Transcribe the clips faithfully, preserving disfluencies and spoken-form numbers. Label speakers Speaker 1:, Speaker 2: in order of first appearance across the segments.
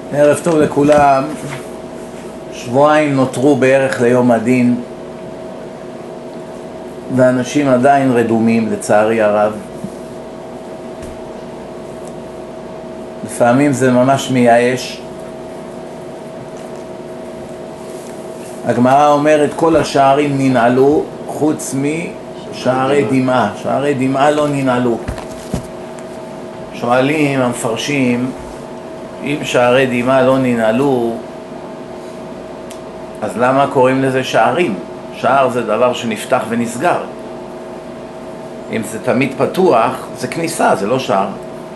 Speaker 1: ערב טוב לכולם. שבועיים נותרו בערך ליום הדין ואנשים עדיין רדומים לצערי הרב. לפעמים זה ממש מייאש. הגמרא אומרת כל השערים ננעלו חוץ משערי דמעה. שערי דמעה לא ננעלו. שואלים המפרשים, אם שערי דמעה לא ננעלו, אז למה קוראים לזה שערים? שער זה דבר שנפתח ונסגר. אם זה תמיד פתוח, זה כניסה, זה לא שער.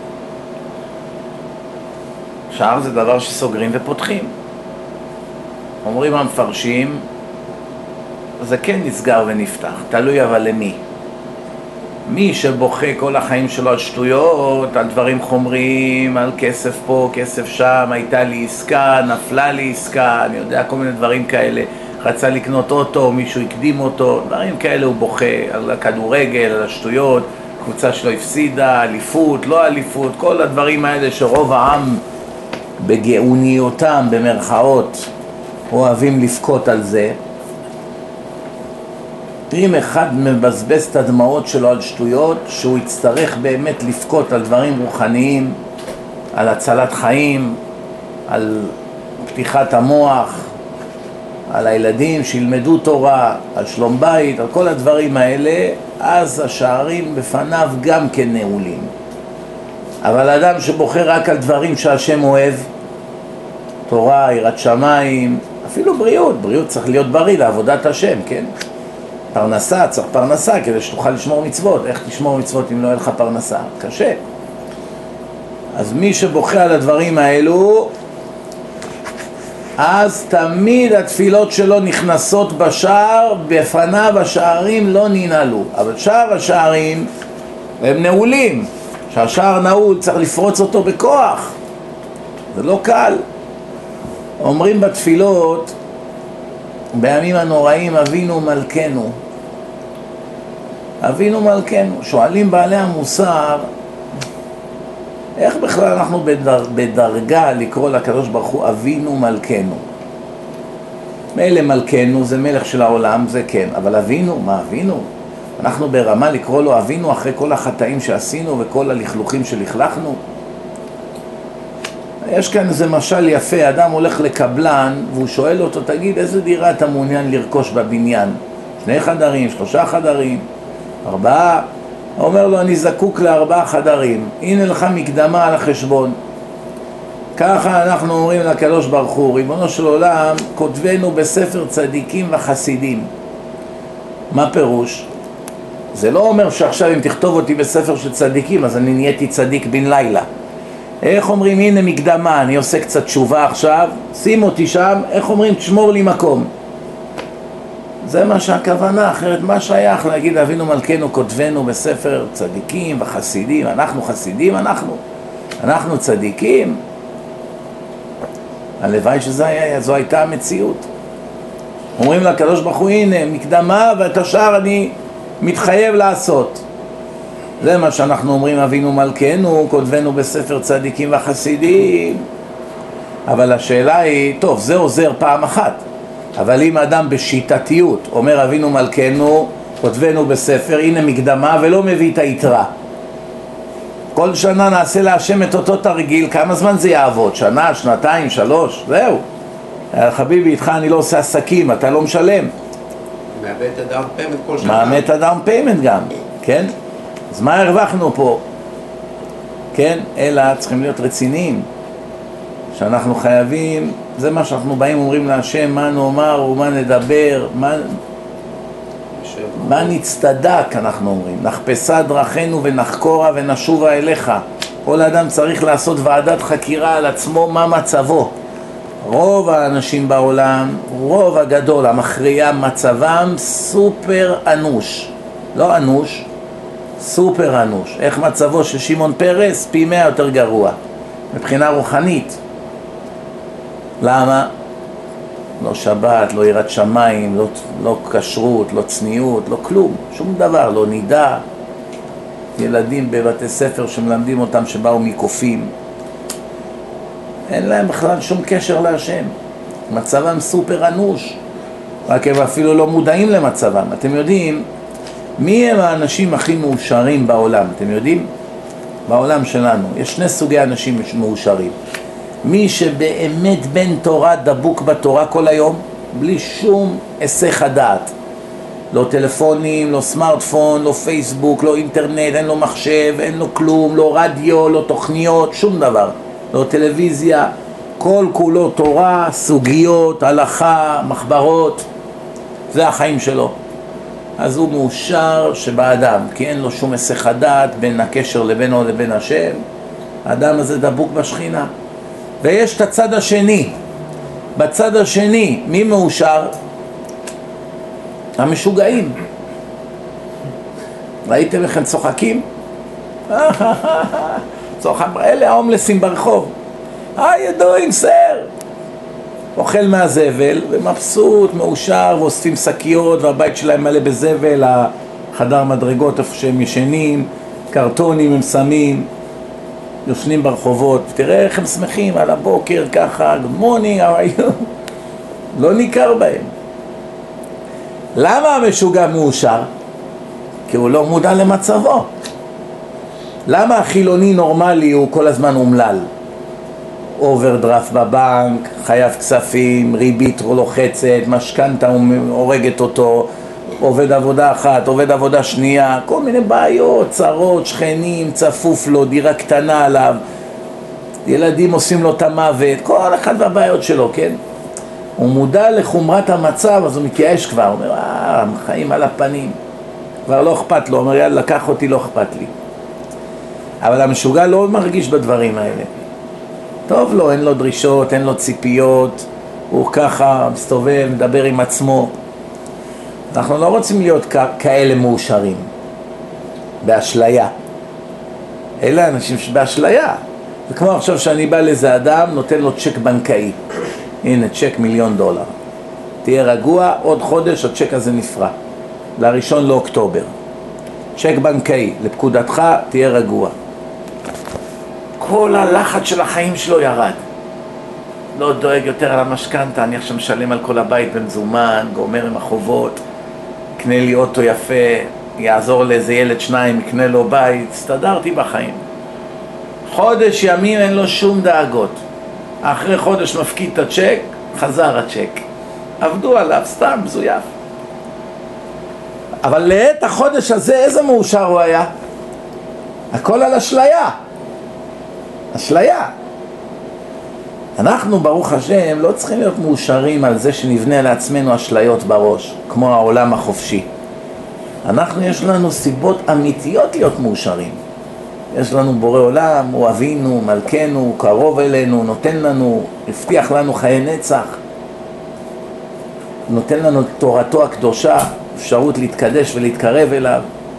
Speaker 1: שער זה דבר שסוגרים ופותחים. אומרים המפרשים, זה כן נסגר ונפתח, תלוי אבל למי. מי שבוכה כל החיים שלו על שטויות, על דברים חומריים, על כסף פה, כסף שם, הייתה לי עסקה, נפלה לי עסקה, אני יודע, כל מיני דברים כאלה, רצה לקנות אוטו, מישהו הקדים אותו, דברים כאלה הוא בוכה, על הכדורגל, על השטויות, קבוצה שלו הפסידה, אליפות, לא אליפות, כל הדברים האלה שרוב העם בגאוניותם, במרכאות, אוהבים לפקות על זה. אם אחד מבזבז את הדמעות שלו על שטויות, שהוא יצטרך באמת לפקות על דברים רוחניים, על הצלת חיים, על פתיחת המוח, על הילדים שילמדו תורה, על שלום בית, על כל הדברים האלה, אז השערים בפניו גם כן נעולים. אבל אדם שבוחר רק על דברים שהשם אוהב, תורה, יראת שמיים, אפילו בריאות, בריאות צריך להיות בריא לעבודת השם, כן? פרנסה, צריך פרנסה כדי שתוכל לשמור מצוות. איך תשמור מצוות אם לא יהיה לך פרנסה? קשה. אז מי שבוכה על הדברים האלו, אז תמיד התפילות שלו נכנסות בשער, בפניו השערים לא ננעלו. אבל שער השערים הם נעולים. כשהשער נעול צריך לפרוץ אותו בכוח. זה לא קל. אומרים בתפילות, בימים הנוראים אבינו מלכנו, אבינו מלכנו. שואלים בעלי המוסר, איך בכלל אנחנו בדר, בדרגה לקרוא לקדוש ברוך הוא אבינו מלכנו? מלך מלכנו זה מלך של העולם, זה כן, אבל אבינו, מה אבינו? אנחנו ברמה לקרוא לו אבינו אחרי כל החטאים שעשינו וכל הלכלוכים שלכלכנו? יש כאן איזה משל יפה, אדם הולך לקבלן והוא שואל אותו, תגיד איזה דירה אתה מעוניין לרכוש בבניין? שני חדרים, שלושה חדרים, ארבעה? הוא אומר לו, אני זקוק לארבעה חדרים, הנה לך מקדמה על החשבון. ככה אנחנו אומרים לקדוש ברוך הוא, ריבונו של עולם, כותבנו בספר צדיקים וחסידים. מה פירוש? זה לא אומר שעכשיו אם תכתוב אותי בספר של צדיקים אז אני נהייתי צדיק בן לילה. איך אומרים, הנה מקדמה, אני עושה קצת תשובה עכשיו, שים אותי שם, איך אומרים, תשמור לי מקום. זה מה שהכוונה, אחרת מה שייך להגיד אבינו מלכנו כותבנו בספר צדיקים וחסידים? אנחנו חסידים, אנחנו אנחנו צדיקים. הלוואי שזו הייתה המציאות. אומרים לקדוש ברוך הוא, הנה מקדמה ואת השאר אני מתחייב לעשות. זה מה שאנחנו אומרים אבינו מלכנו כותבנו בספר צדיקים וחסידים. אבל השאלה היא, טוב, זה עוזר פעם אחת, אבל אם אדם בשיטתיות אומר אבינו מלכנו כותבנו בספר, הנה מקדמה, ולא מביא את היתרה, כל שנה נעשה להשם את אותו תרגיל, כמה זמן זה יעבוד? שנה, שנתיים, שלוש? זהו, חביבי, איתך אני לא עושה עסקים, אתה לא משלם,
Speaker 2: מאבד את הדאון פיימנט כל שנה,
Speaker 1: מאבד את הדאון פיימנט גם, כן? אז מה הרווחנו פה? כן? אלא צריכים להיות רציניים, שאנחנו חייבים, זה מה שאנחנו באים אומרים להשם, מה נאמר ומה נדבר, מה, מה נצטדק, אנחנו אומרים, נחפשה דרכנו ונחקורה ונשובה אליך. כל אדם צריך לעשות ועדת חקירה על עצמו, מה מצבו. רוב האנשים בעולם, רוב הגדול, המכריע, מצבם סופר אנוש, לא אנוש, סופר אנוש. איך מצבו של שמעון פרס? פי מאה יותר גרוע מבחינה רוחנית. למה? לא שבת, לא יראת שמיים, לא, לא כשרות, לא צניעות, לא כלום, שום דבר, לא נידה. ילדים בבתי ספר שמלמדים אותם שבאו מקופים. אין להם בכלל שום קשר להשם. מצבם סופר אנוש, רק הם אפילו לא מודעים למצבם. אתם יודעים, מי הם האנשים הכי מאושרים בעולם? אתם יודעים? בעולם שלנו יש שני סוגי אנשים מאושרים. מי שבאמת בן תורה, דבוק בתורה כל היום, בלי שום היסח הדעת. לא טלפונים, לא סמארטפון, לא פייסבוק, לא אינטרנט, אין לו מחשב, אין לו כלום, לא רדיו, לא תוכניות, שום דבר. לא טלוויזיה, כל כולו תורה, סוגיות, הלכה, מחברות. זה החיים שלו. אז הוא מאושר שבאדם, כי אין לו שום היסח הדעת בין הקשר לבינו לבין השם. האדם הזה דבוק בשכינה. ויש את הצד השני. בצד השני, מי מאושר? המשוגעים. ראיתם איך הם צוחקים? צוחקים, אלה ההומלסים ברחוב. How you doing, sir? אוכל מהזבל ומבסוט, מאושר, ואוספים שקיות, והבית שלהם מלא בזבל, החדר מדרגות איפה שהם ישנים, קרטונים הם שמים, יושנים ברחובות. תראה איך הם שמחים על הבוקר ככה, good morning, how are you? לא ניכר בהם. למה המשוגע מאושר? כי הוא לא מודע למצבו. למה החילוני נורמלי הוא כל הזמן אומלל? אוברדרפט בבנק, חייב כספים, ריבית לוחצת, משכנתה הורגת אותו, עובד עבודה אחת, עובד עבודה שנייה, כל מיני בעיות, צרות, שכנים, צפוף לו, דירה קטנה עליו, ילדים עושים לו את המוות, כל אחד והבעיות שלו, כן? הוא מודע לחומרת המצב, אז הוא מתייאש כבר, הוא אומר, אה, חיים על הפנים, כבר לא אכפת לו, הוא אומר, יאללה, לקח אותי, לא אכפת לי. אבל המשוגע לא מרגיש בדברים האלה. טוב לו, אין לו דרישות, אין לו ציפיות, הוא ככה מסתובב, מדבר עם עצמו. אנחנו לא רוצים להיות כ- כאלה מאושרים, באשליה. אלה אנשים שבאשליה. זה כמו עכשיו שאני בא לאיזה אדם, נותן לו צ'ק בנקאי. הנה, צ'ק מיליון דולר. תהיה רגוע, עוד חודש הצ'ק הזה נפרע. לראשון לאוקטובר. צ'ק בנקאי, לפקודתך, תהיה רגוע. כל הלחץ של החיים שלו ירד. לא דואג יותר על המשכנתה, אני עכשיו משלם על כל הבית במזומן, גומר עם החובות, קנה לי אוטו יפה, יעזור לאיזה ילד שניים, יקנה לו בית, הסתדרתי בחיים. חודש ימים אין לו שום דאגות. אחרי חודש מפקיד את הצ'ק, חזר הצ'ק. עבדו עליו, סתם, מזויף. אבל לעת החודש הזה, איזה מאושר הוא היה? הכל על אשליה. אשליה. אנחנו, ברוך השם, לא צריכים להיות מאושרים על זה שנבנה לעצמנו אשליות בראש, כמו העולם החופשי. אנחנו, יש לנו סיבות אמיתיות להיות מאושרים. יש לנו בורא עולם, הוא אבינו, מלכנו, הוא קרוב אלינו, נותן לנו, הבטיח לנו חיי נצח. נותן לנו תורתו הקדושה, אפשרות להתקדש ולהתקרב אליו.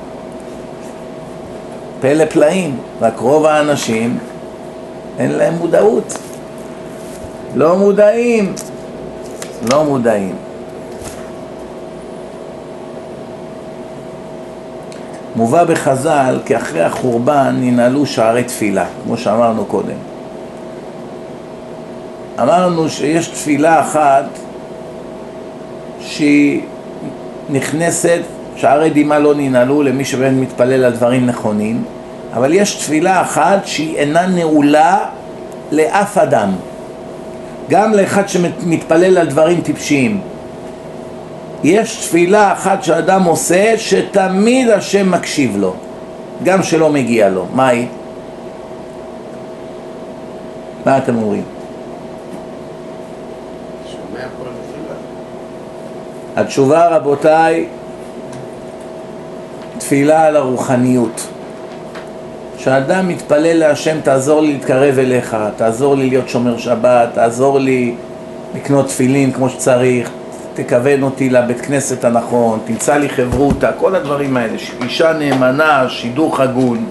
Speaker 1: פלא פלאים, רק רוב האנשים אין להם מודעות. לא מודעים, לא מודעים. מובא בחז"ל כי אחרי החורבן ננעלו שערי תפילה, כמו שאמרנו קודם. אמרנו שיש תפילה אחת שהיא נכנסת, שערי דימה לא ננעלו למי שבאמת מתפלל על דברים נכונים, אבל יש תפילה אחת שהיא אינה נעולה לאף אדם, גם לאחד שמתפלל על דברים טיפשיים. יש תפילה אחת שאדם עושה שתמיד השם מקשיב לו, גם שלא מגיע לו. מה היא? מה אתם אומרים?
Speaker 2: שומע כל תפילה.
Speaker 1: התשובה, רבותיי, תפילה על הרוחניות. כשאדם מתפלל להשם, תעזור לי להתקרב אליך, תעזור לי להיות שומר שבת, תעזור לי לקנות תפילין כמו שצריך, תכוון אותי לבית כנסת הנכון, תמצא לי חברותה, כל הדברים האלה, אישה נאמנה, שידוך הגון,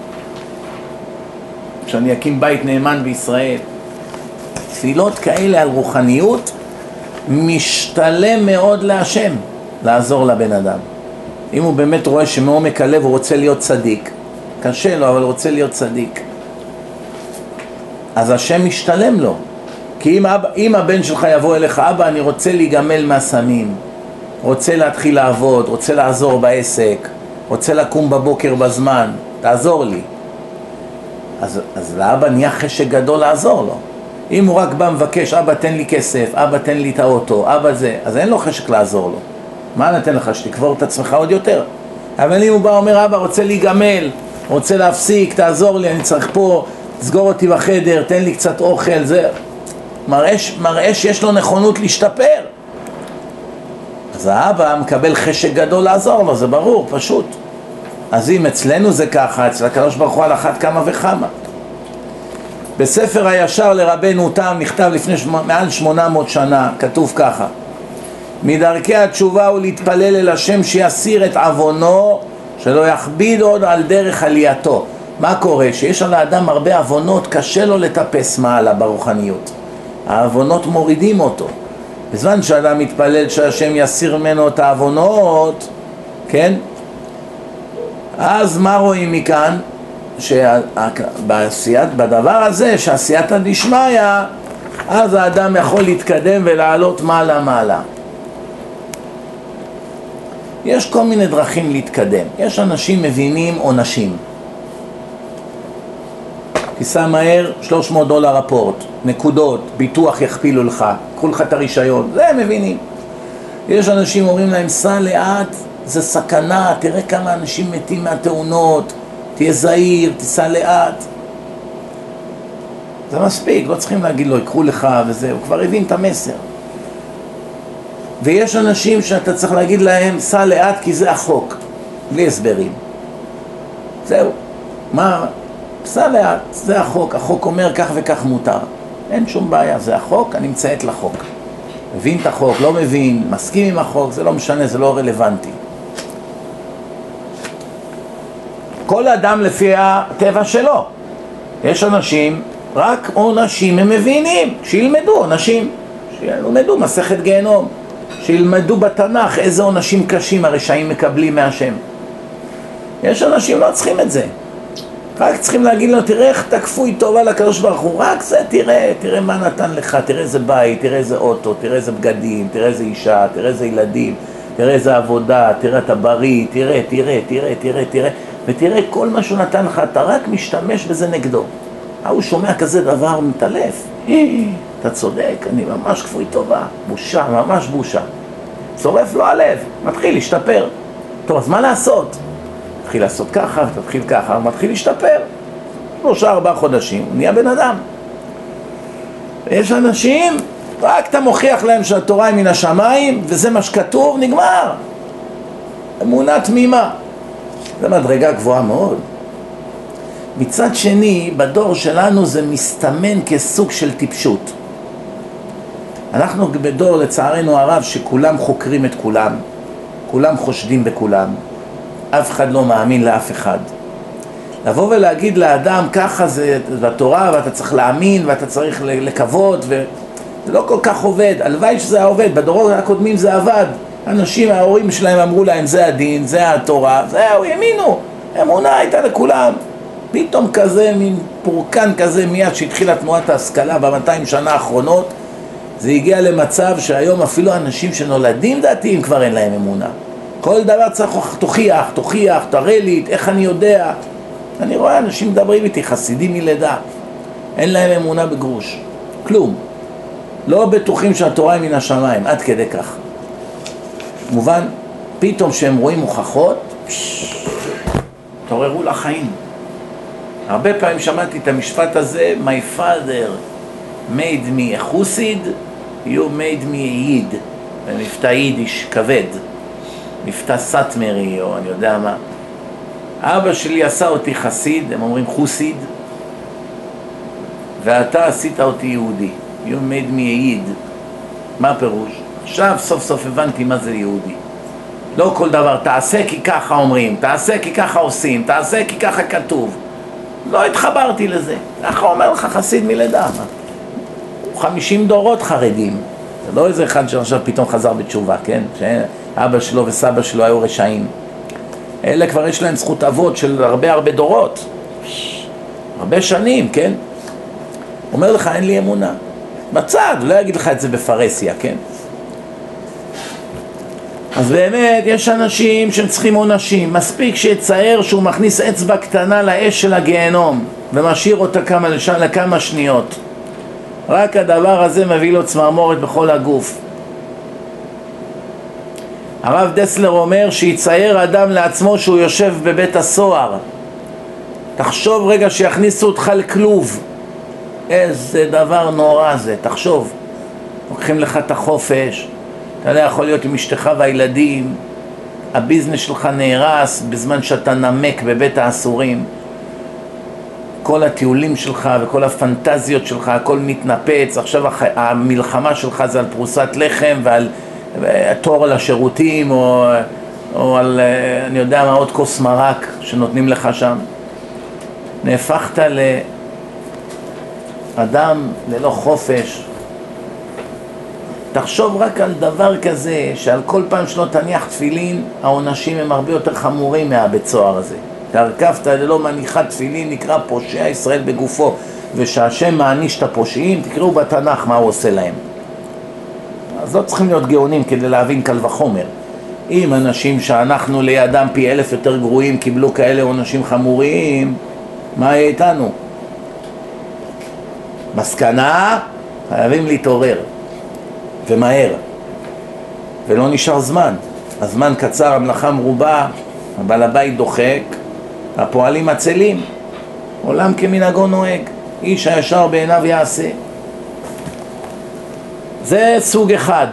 Speaker 1: שאני אקים בית נאמן בישראל. תפילות כאלה על רוחניות משתלם מאוד להשם לעזור לבן אדם. אם הוא באמת רואה שמעומק הלב הוא רוצה להיות צדיק, קשה לו אבל רוצה להיות צדיק, אז השם משתלם לו. כי אם, אבא, אם הבן שלך יבוא אליך, אבא אני רוצה להיגמל מהסמים, רוצה להתחיל לעבוד, רוצה לעזור בעסק, רוצה לקום בבוקר בזמן, תעזור לי. אז, אז לאבא נהיה חשק גדול לעזור לו. אם הוא רק בא מבקש, אבא תן לי כסף, אבא תן לי את האוטו, אבא זה, אז אין לו חשק לעזור לו. מה נתן לך? שתקבור את עצמך עוד יותר. אבל אם הוא בא אומר, אבא רוצה להיגמל, רוצה להפסיק, תעזור לי, אני צריך פה, תסגור אותי בחדר, תן לי קצת אוכל, זה מראה, מראה שיש לו נכונות להשתפר. אז האבא מקבל חשק גדול לעזור לו, זה ברור, פשוט. אז אם אצלנו זה ככה, אצל הקדוש ברוך הוא על אחת כמה וכמה. בספר הישר לרבנו תם נכתב לפני שמ... מעל שמונה מאות שנה, כתוב ככה: מדרכי התשובה הוא להתפלל אל השם שיסיר את עוונו, שלא יכביד עוד על דרך עלייתו. מה קורה? שיש על האדם הרבה עוונות, קשה לו לטפס מעלה ברוחניות. העוונות מורידים אותו. בזמן שאדם מתפלל שהשם יסיר ממנו את העוונות, כן? אז מה רואים מכאן? שבעשיית, בדבר הזה, שעשיית הדשמיא, אז האדם יכול להתקדם ולעלות מעלה מעלה. יש כל מיני דרכים להתקדם. יש אנשים מבינים עונשים. תיסע מהר, שלוש מאות דולר אפורט, נקודות, ביטוח יכפילו לך, קחו לך את הרישיון, זה הם מבינים. יש אנשים אומרים להם, סע לאט, זה סכנה, תראה כמה אנשים מתים מהתאונות, תהיה זהיר, תיסע לאט. זה מספיק, לא צריכים להגיד לו, יקחו לך וזה, הוא כבר הבין את המסר. ויש אנשים שאתה צריך להגיד להם, סע לאט כי זה החוק, בלי הסברים. זהו, מה? סע לאט, זה החוק, החוק אומר כך וכך מותר. אין שום בעיה, זה החוק, אני מציית לחוק. מבין את החוק, לא מבין, מסכים עם החוק, זה לא משנה, זה לא רלוונטי. כל אדם לפי הטבע שלו. יש אנשים, רק עונשים הם מבינים, שילמדו עונשים, שילמדו מסכת גיהנום, שילמדו בתנ"ך איזה עונשים קשים הרשעים מקבלים מהשם. יש אנשים לא צריכים את זה, רק צריכים להגיד לו, תראה איך תקפו איתו על הקדוש ברוך הוא, רק זה, תראה, תראה מה נתן לך, תראה איזה בית, תראה איזה אוטו, תראה איזה בגדים, תראה איזה אישה, תראה איזה ילדים, תראה איזה עבודה, תראה אתה בריא, תראה, תראה, תראה, תראה, תראה, ותראה כל מה שהוא נתן לך, אתה רק משתמש בזה נגדו. הוא שומע כזה דבר מתעלף, אתה צודק, אני ממש כפוי טובה, בושה, ממש בושה. צורף לו הלב, מתחיל להשתפר. טוב, אז מה לעשות? מתחיל לעשות ככה, תתחיל ככה, מתחיל להשתפר. שלושה, ארבעה חודשים, הוא נהיה בן אדם. יש אנשים, רק אתה מוכיח להם שהתורה היא מן השמיים, וזה מה שכתוב, נגמר. אמונה תמימה. זה מדרגה גבוהה מאוד. מצד שני, בדור שלנו זה מסתמן כסוג של טיפשות. אנחנו בדור, לצערנו הרב, שכולם חוקרים את כולם, כולם חושדים בכולם, אף אחד לא מאמין לאף אחד. לבוא ולהגיד לאדם, ככה זה בתורה, ואתה צריך להאמין, ואתה צריך לקוות, וזה לא כל כך עובד. הלוואי שזה עובד, בדורות הקודמים זה עבד. אנשים, ההורים שלהם אמרו להם, זה הדין, זה התורה, זהו, האמינו, אמונה הייתה לכולם. פתאום כזה, מין פורקן כזה, מיד שהתחילה תנועת ההשכלה ב-מאתיים שנה האחרונות, זה הגיע למצב שהיום אפילו אנשים שנולדים דתיים כבר אין להם אמונה. כל דבר צריך תוכיח, תוכיח, תראה לי, איך אני יודע. אני רואה אנשים מדברים איתי, חסידים מלידה, אין להם אמונה בגרוש, כלום. לא בטוחים שהתורה היא מן השמיים, עד כדי כך. מובן, פתאום שהם רואים הוכחות, תעוררו לחיים. הרבה פעמים שמעתי את המשפט הזה, My father made me a חוסיד, you made me a יד, במבטא יידיש כבד, מבטא סטמרי או אני יודע מה. אבא שלי עשה אותי חסיד, הם אומרים חוסיד, ואתה עשית אותי יהודי, you made me a יד. מה הפירוש? עכשיו סוף סוף הבנתי מה זה יהודי. לא כל דבר, תעשה כי ככה אומרים, תעשה כי ככה עושים, תעשה כי ככה כתוב. לא התחברתי לזה. ככה אומר לך חסיד מלידה. חמישים דורות חרדים. זה לא איזה אחד שעכשיו פתאום חזר בתשובה, כן? שאבא שלו וסבא שלו היו רשעים. אלה כבר יש להם זכות אבות של הרבה הרבה דורות. הרבה שנים, כן? אומר לך, אין לי אמונה. בצד, לא יגיד לך את זה בפרסיה, כן? אז באמת יש אנשים שהם צריכים עונשים. מספיק שיצייר שהוא מכניס אצבע קטנה לאש של הגיהנום ומשאיר אותה כמה, לכמה שניות. רק הדבר הזה מביא לו צמרמורת בכל הגוף. הרב דסלר אומר שיצייר אדם לעצמו שהוא יושב בבית הסוהר. תחשוב רגע שיכניסו אותך לכלוב. איזה דבר נורא זה, תחשוב. לוקחים לך את החופש, אתה לא יכול להיות עם אשתך והילדים, הביזנס שלך נהרס בזמן שאתה נמק בבית האסורים, כל הטיולים שלך וכל הפנטזיות שלך, הכל מתנפץ. עכשיו המלחמה שלך זה על פרוסת לחם ועל תור לשירותים, או, או על, אני יודע מה, עוד כוס מרק שנותנים לך שם. נהפכת לאדם ללא חופש. תחשוב רק על דבר כזה, שעל כל פעם שלא תניח תפילין, העונשים הם הרבה יותר חמורים מהבית סוהר הזה. תרכבת ללא מניחת תפילין, נקרא פושע ישראל בגופו, ושהשם מעניש את הפושעים, תקראו בתנ"ך מה הוא עושה להם. אז לא צריכים להיות גאונים כדי להבין קל וחומר. אם אנשים שאנחנו לידם פי אלף יותר גרועים קיבלו כאלה עונשים חמורים, מה יהיה איתנו? מסקנה, חייבים להתעורר. ומהר, ולא נשאר זמן. הזמן קצר, המלאכה מרובה, הבעל הבית דוחק, הפועלים עצלים. עולם כמנהגו נוהג, איש הישר בעיניו יעשה. זה סוג אחד.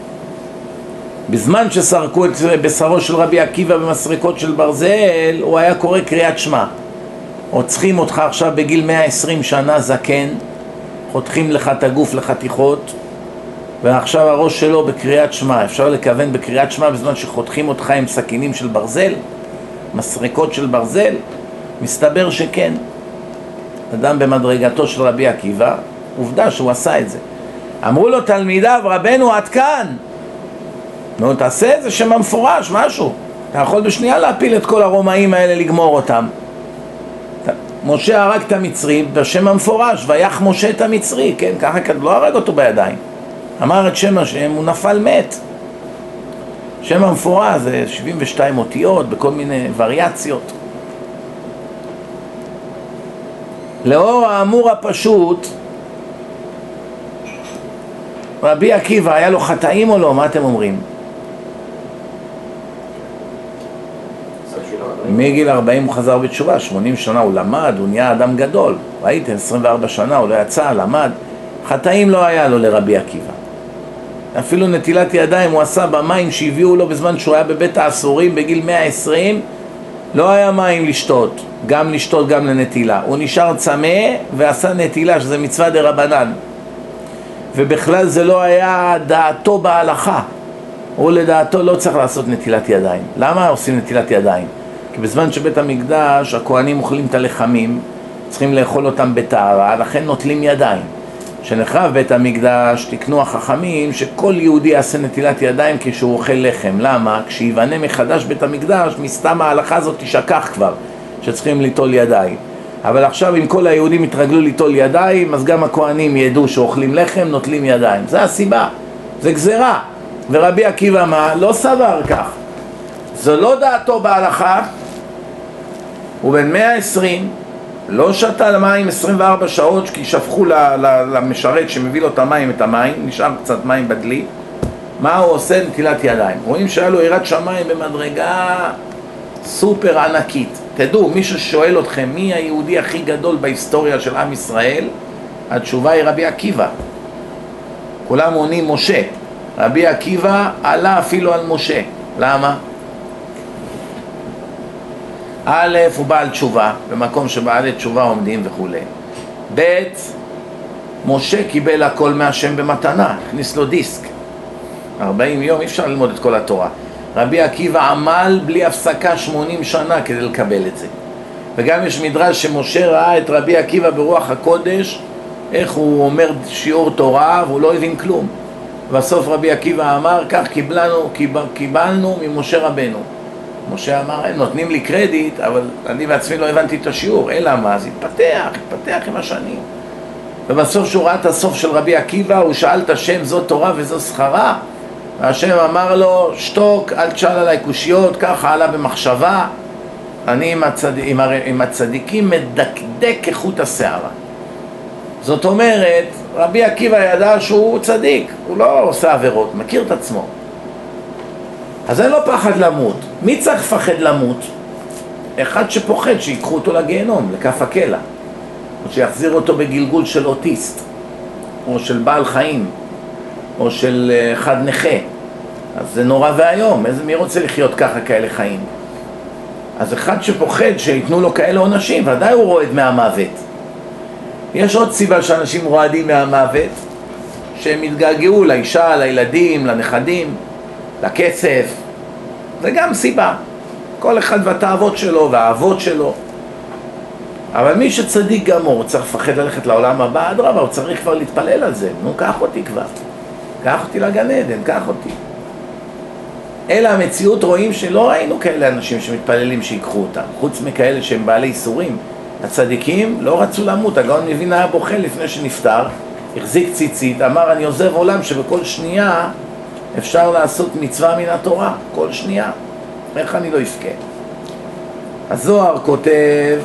Speaker 1: בזמן שסרקו את בשרו של רבי עקיבא במסרקות של ברזל, הוא היה קורא קריאת שמע. רוצחים אותך עכשיו בגיל מאה ועשרים שנה זקן, חותכים לך את הגוף לחתיכות, ועכשיו הראש שלו בקריאת שמע. אפשר לכוון בקריאת שמע בזמן שחותכים אותך עם סכינים של ברזל, מסרקות של ברזל? מסתבר שכן. אדם במדרגתו של רבי עקיבא, עובדה שהוא עשה את זה. אמרו לו תלמידיו, רבנו עד כאן. נו, תעשה את זה שם המפורש, משהו. אתה יכול בשנייה להפיל את כל הרומאים האלה, לגמור אותם. משה הרג את המצרי בשם המפורש, ויח משה את המצרי, כן? ככה לא הרג אותו בידיים. אמר את שם השם, הוא נפל מת. שם המפורש זה שבעים ושתיים אותיות בכל מיני וריאציות. לאור האמור הפשוט, רבי עקיבא היה לו חטאים או לא? מה אתם אומרים? מגיל ארבעים הוא חזר בתשובה, שמונים שנה הוא למד, הוא נהיה אדם גדול. ראיתם, עשרים וארבע שנה הוא לא יצא, למד. חטאים לא היה לו לרבי עקיבא. אפילו נטילת ידיים הוא עשה במים שהביאו לו בזמן שהוא היה בבית האסורים בגיל מאה ועשרים. לא היה מים לשתות, גם לשתות גם לנטילה. הוא נשאר צמא ועשה נטילה, שזה מצווה דרבנן. ובכלל זה לא היה דעתו בהלכה. הוא לדעתו לא צריך לעשות נטילת ידיים. למה עושים נטילת ידיים? כי בזמן שבית המקדש הכהנים אוכלים את הלחמים, צריכים לאכול אותם בטהרה, לכן נוטלים ידיים. כשנחרב בית המקדש תקנו החכמים שכל יהודי יעשה נטילת ידיים כשהוא אוכל לחם. למה? כשיבנה מחדש בית המקדש, מסתם ההלכה הזאת תשכח כבר שצריכים ליטול ידיים. אבל עכשיו אם כל היהודים יתרגלו ליטול ידיים, אז גם הכהנים ידעו שאוכלים לחם, נוטלים ידיים. זה הסיבה, זה גזרה. ורבי עקיבא מה? לא סבר כך. זו לא דעתו בהלכה. הוא בן מאה ועשרים, לא שתה למים עשרים וארבע שעות, כי שפכו למשרת שמביא לו את המים, את המים, נשאר קצת מים בדלי. מה הוא עושה? נטילת ידיים. רואים שהיה לו יראת שמיים במדרגה סופר ענקית. תדעו, מי ששואל אתכם מי היהודי הכי גדול בהיסטוריה של עם ישראל, התשובה היא רבי עקיבא. כולם עונים משה. רבי עקיבא עלה אפילו על משה. למה? א', הוא בעל תשובה, במקום שבעלי תשובה עומדים וכו'. ב', משה קיבל הכל מהשם במתנה, הכניס לו דיסק. ארבעים יום אי אפשר ללמוד את כל התורה. רבי עקיבא עמל בלי הפסקה שמונים שנה כדי לקבל את זה. וגם יש מדרש שמשה ראה את רבי עקיבא ברוח הקודש, איך הוא אומר שיעור תורה והוא לא הבין כלום. בסוף רבי עקיבא אמר, כך קיבלנו, קיבל, קיבלנו ממשה רבנו. משה אמר, נותנים לי קרדיט, אבל אני בעצמי לא הבנתי את השיעור. אלא מה? זה התפתח, התפתח עם השנים. ובסוף שהוא ראה את הסוף של רבי עקיבא, הוא שאל את השם, זו תורה וזו שכרה? והשם אמר לו, שתוק, אל תשאל עליי קושיות, ככה עלה במחשבה, אני עם, הצד... עם, הר... עם הצדיקים מדקדק כחוט השערה. זאת אומרת, רבי עקיבא ידע שהוא צדיק, הוא לא עושה עבירות, מכיר את עצמו. אז אין לו פחד למות. מי צריך לפחד למות? אחד שפוחד שיקחו אותו לגיהנום, לכף הקלע, או שיחזיר אותו בגלגול של אוטיסט, או של בעל חיים, או של אחד נכה. אז זה נורא והיום, איזה מי רוצה לחיות ככה כאלה חיים? אז אחד שפוחד שיתנו לו כאלה עונשים, ודאי הוא רועד מהמוות. יש עוד סיבה שאנשים רועדים מהמוות, שהם יתגעגעו לאישה, לילדים, לנכדים, לכסף. זה גם סיבה. כל אחד והתאוות שלו והאהבות שלו. אבל מי שצדיק גמור צריך לפחד ללכת לעולם הבא, אדרבה, הוא צריך כבר להתפלל על זה. נו, קח אותי כבר. קח אותי לגן עדן, קח אותי. אלא המציאות רואים שלא ראינו כאלה אנשים שמתפללים שיקחו אותם. חוץ מכאלה שהם בעלי איסורים. הצדיקים לא רצו למות. הגאון מווילנה היה בוכה לפני שנפטר, החזיק ציצית, אמר אני עוזב עולם שבכל שנייה אפשר לעשות מצווה מן התורה. כל שנייה. איך אני לא אזכה? הזוהר כותב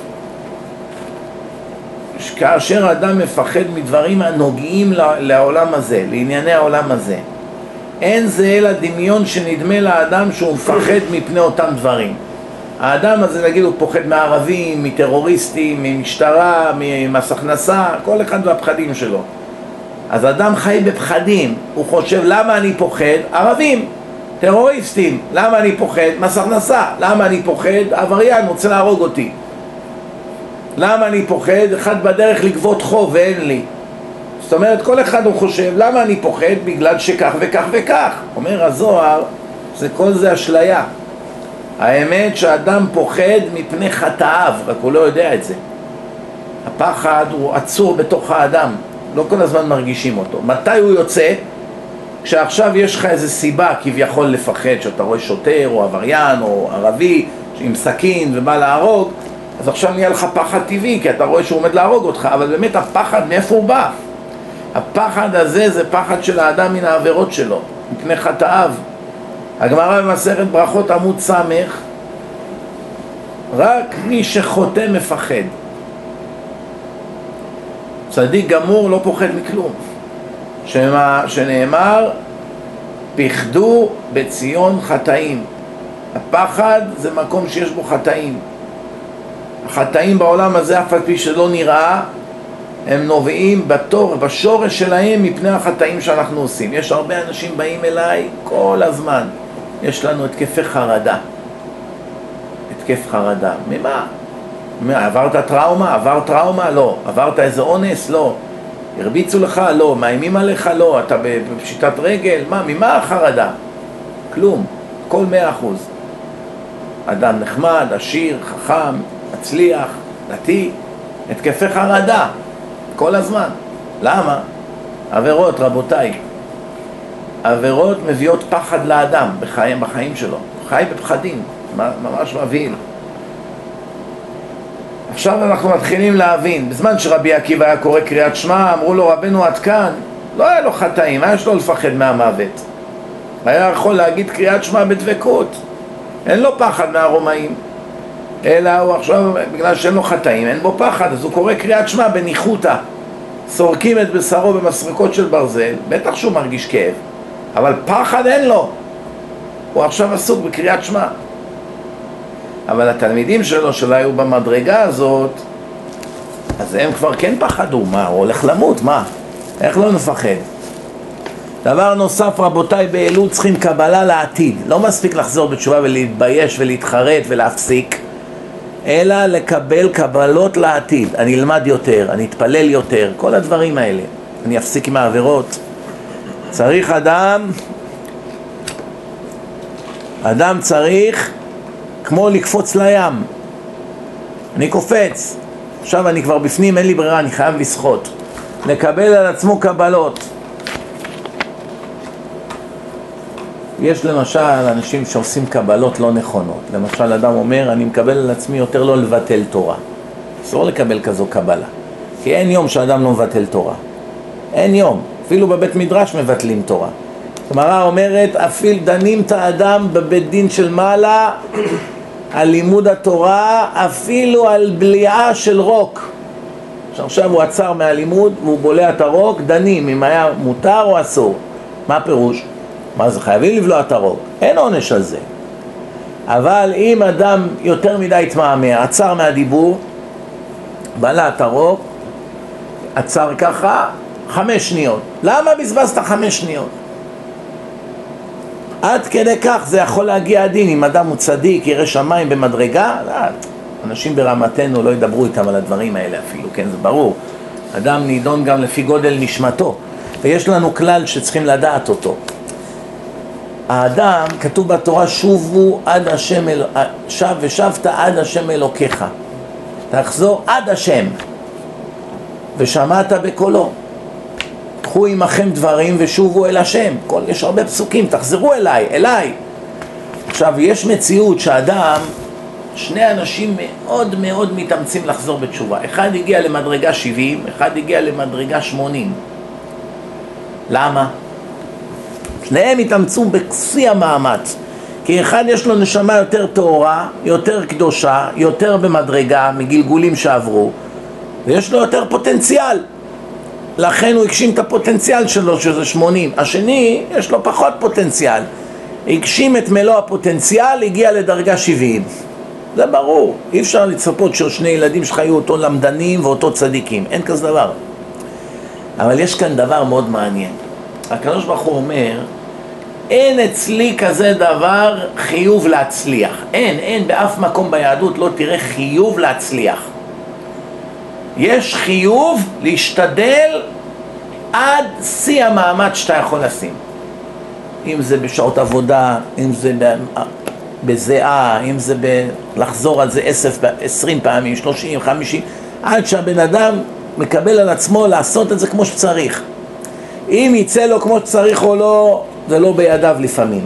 Speaker 1: כאשר אדם מפחד מדברים הנוגעים לעולם הזה, לענייני העולם הזה, אין זה אלא דמיון שנדמה לאדם שהוא מפחד מפני אותם דברים. האדם הזה, נגיד, הוא פוחד מערבים, מטרוריסטים, ממשטרה, ממס הכנסה, כל אחד והפחדים שלו. אז אדם חי בפחדים, הוא חושב למה אני פוחד? ערבים, טרוריסטים, למה אני פוחד? מס הכנסה, למה אני פוחד? עבריין רוצה להרוג אותי. למה אני פוחד? אחד בדרך לגבות חוב ואין לי. זאת אומרת, כל אחד הוא חושב, למה אני פוחד? בגלל שכך וכך וכך. אומר הזוהר, זה כל זה אשליה. האמת שאדם פוחד מפני חטאיו, רק הוא לא יודע את זה. הפחד הוא עצור בתוך האדם, לא כל הזמן מרגישים אותו. מתי הוא יוצא? כשעכשיו יש לך איזו סיבה כביכול לפחד, שאתה רואה שוטר או עבריין או ערבי עם סכין ובא להרוג, אז עכשיו נהיה לך פחד טבעי, כי אתה רואה שהוא עומד להרוג אותך, אבל באמת הפחד, מאיפה הוא בא? הפחד הזה זה פחד של האדם מן העבירות שלו, מפני חטאיו. הגמרא במסכת ברכות עמוד סמך, רק מי שחוטא מפחד. צדיק גמור לא פוחד מכלום. שמה, שנאמר, פחדו בציון חטאים. הפחד זה מקום שיש בו חטאים. החטאים בעולם הזה, אף על פי שלא נראה, הם נובעים בתור, בשורש שלהם מפני החטאים שאנחנו עושים. יש הרבה אנשים באים אליי כל הזמן. יש לנו התקפי חרדה. התקף חרדה. ממה? מה, עברת טראומה? עבר טראומה? לא. עברת איזה אונס? לא. הרביצו לך? לא. מאיימים עליך? לא. אתה בפשיטת רגל? מה? ממה החרדה? כלום. כל מאה אחוז. אדם נחמד, עשיר, חכם, מצליח, דתי, התקפי חרדה. כל הזמן. למה? עבירות, רבותיי. עבירות מביאות פחד לאדם בחיים, בחיים שלו. חי בפחדים. ממש מבהיל. עכשיו אנחנו מתחילים להבין. בזמן שרבי עקיבא היה קורא קריאת שמע, אמרו לו רבנו עד כאן, לא היה לו חטאים, היה שלו לפחד מהמוות. היה יכול להגיד קריאת שמע בדבקות. אין לו פחד מהרומאים. אלא הוא עכשיו, בגלל שאין לו חטאים, אין בו פחד, אז הוא קורא קריאת שמע בניחותא. סורקים את בשרו במסרקות של ברזל, בטח שהוא מרגיש כאב. אבל פחד אין לו. הוא עכשיו עסוק בקריאת שמע. אבל התלמידים שלו שלא היו במדרגה הזאת, אז הם כבר כן פחדו. מה? הוא הולך למות, מה? איך לא נפחד? דבר נוסף, רבותיי, באלול צריכים קבלה לעתיד. לא מספיק לחזור בתשובה ולהתבייש ולהתחרט ולהפסיק, אלא לקבל קבלות לעתיד. אני אלמד יותר, אני אתפלל יותר, כל הדברים האלה. אני אפסיק עם העבירות. צריך אדם, אדם צריך כמו לקפוץ לים. אני קופץ, עכשיו אני כבר בפנים, אין לי ברירה, אני חייב לשחות. לקבל על עצמו קבלות. יש למשל אנשים שעושים קבלות לא נכונות. למשל אדם אומר, אני מקבל על עצמי יותר לא לבטל תורה. אסור לקבל כזו קבלה. כי אין יום שאדם לא מבטל תורה. אין יום. אפילו בבית מדרש מבטלים תורה. הגמרא אומרת, אפילו דנים את האדם בבית דין של מעלה על לימוד התורה, אפילו על בליעה של רוק. שעכשיו הוא עצר מהלימוד והוא בולע את הרוק, דנים אם היה מותר או אסור. מה הפירוש? מה זה, חייבים לבלוע את הרוק? אין עונש על זה. אבל אם אדם יותר מדי התמהמה, עצר מהדיבור, בלע את הרוק, עצר ככה, חמש שניות. למה בזבזת חמש שניות? עד כדי כך זה יכול להגיע הדין, אם אדם הוא צדיק, ירא שמיים במדרגה, אנשים ברמתנו לא ידברו איתם על הדברים האלה אפילו, כן, זה ברור. אדם נידון גם לפי גודל נשמתו, ויש לנו כלל שצריכים לדעת אותו. האדם, כתוב בתורה, שובו עד השם, אל... שב ושבת עד השם אלוקיך. תחזור עד השם, ושמעת בקולו. קחו עמכם דברים ושובו אל השם. כל, יש הרבה פסוקים, תחזרו אליי, אליי. עכשיו, יש מציאות שאדם, שני אנשים מאוד מאוד מתאמצים לחזור בתשובה. אחד הגיע למדרגה שבעים, אחד הגיע למדרגה שמונים. למה? שניהם התאמצו בשיא המאמץ. כי אחד יש לו נשמה יותר טהורה, יותר קדושה, יותר במדרגה, מגלגולים שעברו, ויש לו יותר פוטנציאל. לכן הוא הגשים את הפוטנציאל שלו, שזה שמונים. השני, יש לו פחות פוטנציאל. הגשים את מלוא הפוטנציאל, הגיע לדרגה שבעים. זה ברור. אי אפשר לצפות ששני ילדים שלך יהיו אותו למדנים ואותו צדיקים. אין כזה דבר. אבל יש כאן דבר מאוד מעניין. הקדוש ברוך הוא אומר, אין אצלי כזה דבר חיוב להצליח. אין, אין, באף מקום ביהדות לא תראה חיוב להצליח. יש חיוב להשתדל עד שיא המאמץ שאתה יכול לשים. אם זה בשעות עבודה, אם זה בזיעה, אם זה לחזור על זה עשרים פעמים, שלושים, חמישים, עד שהבן אדם מקבל על עצמו לעשות את זה כמו שצריך. אם יצא לו כמו שצריך או לא, זה לא בידיו לפעמים.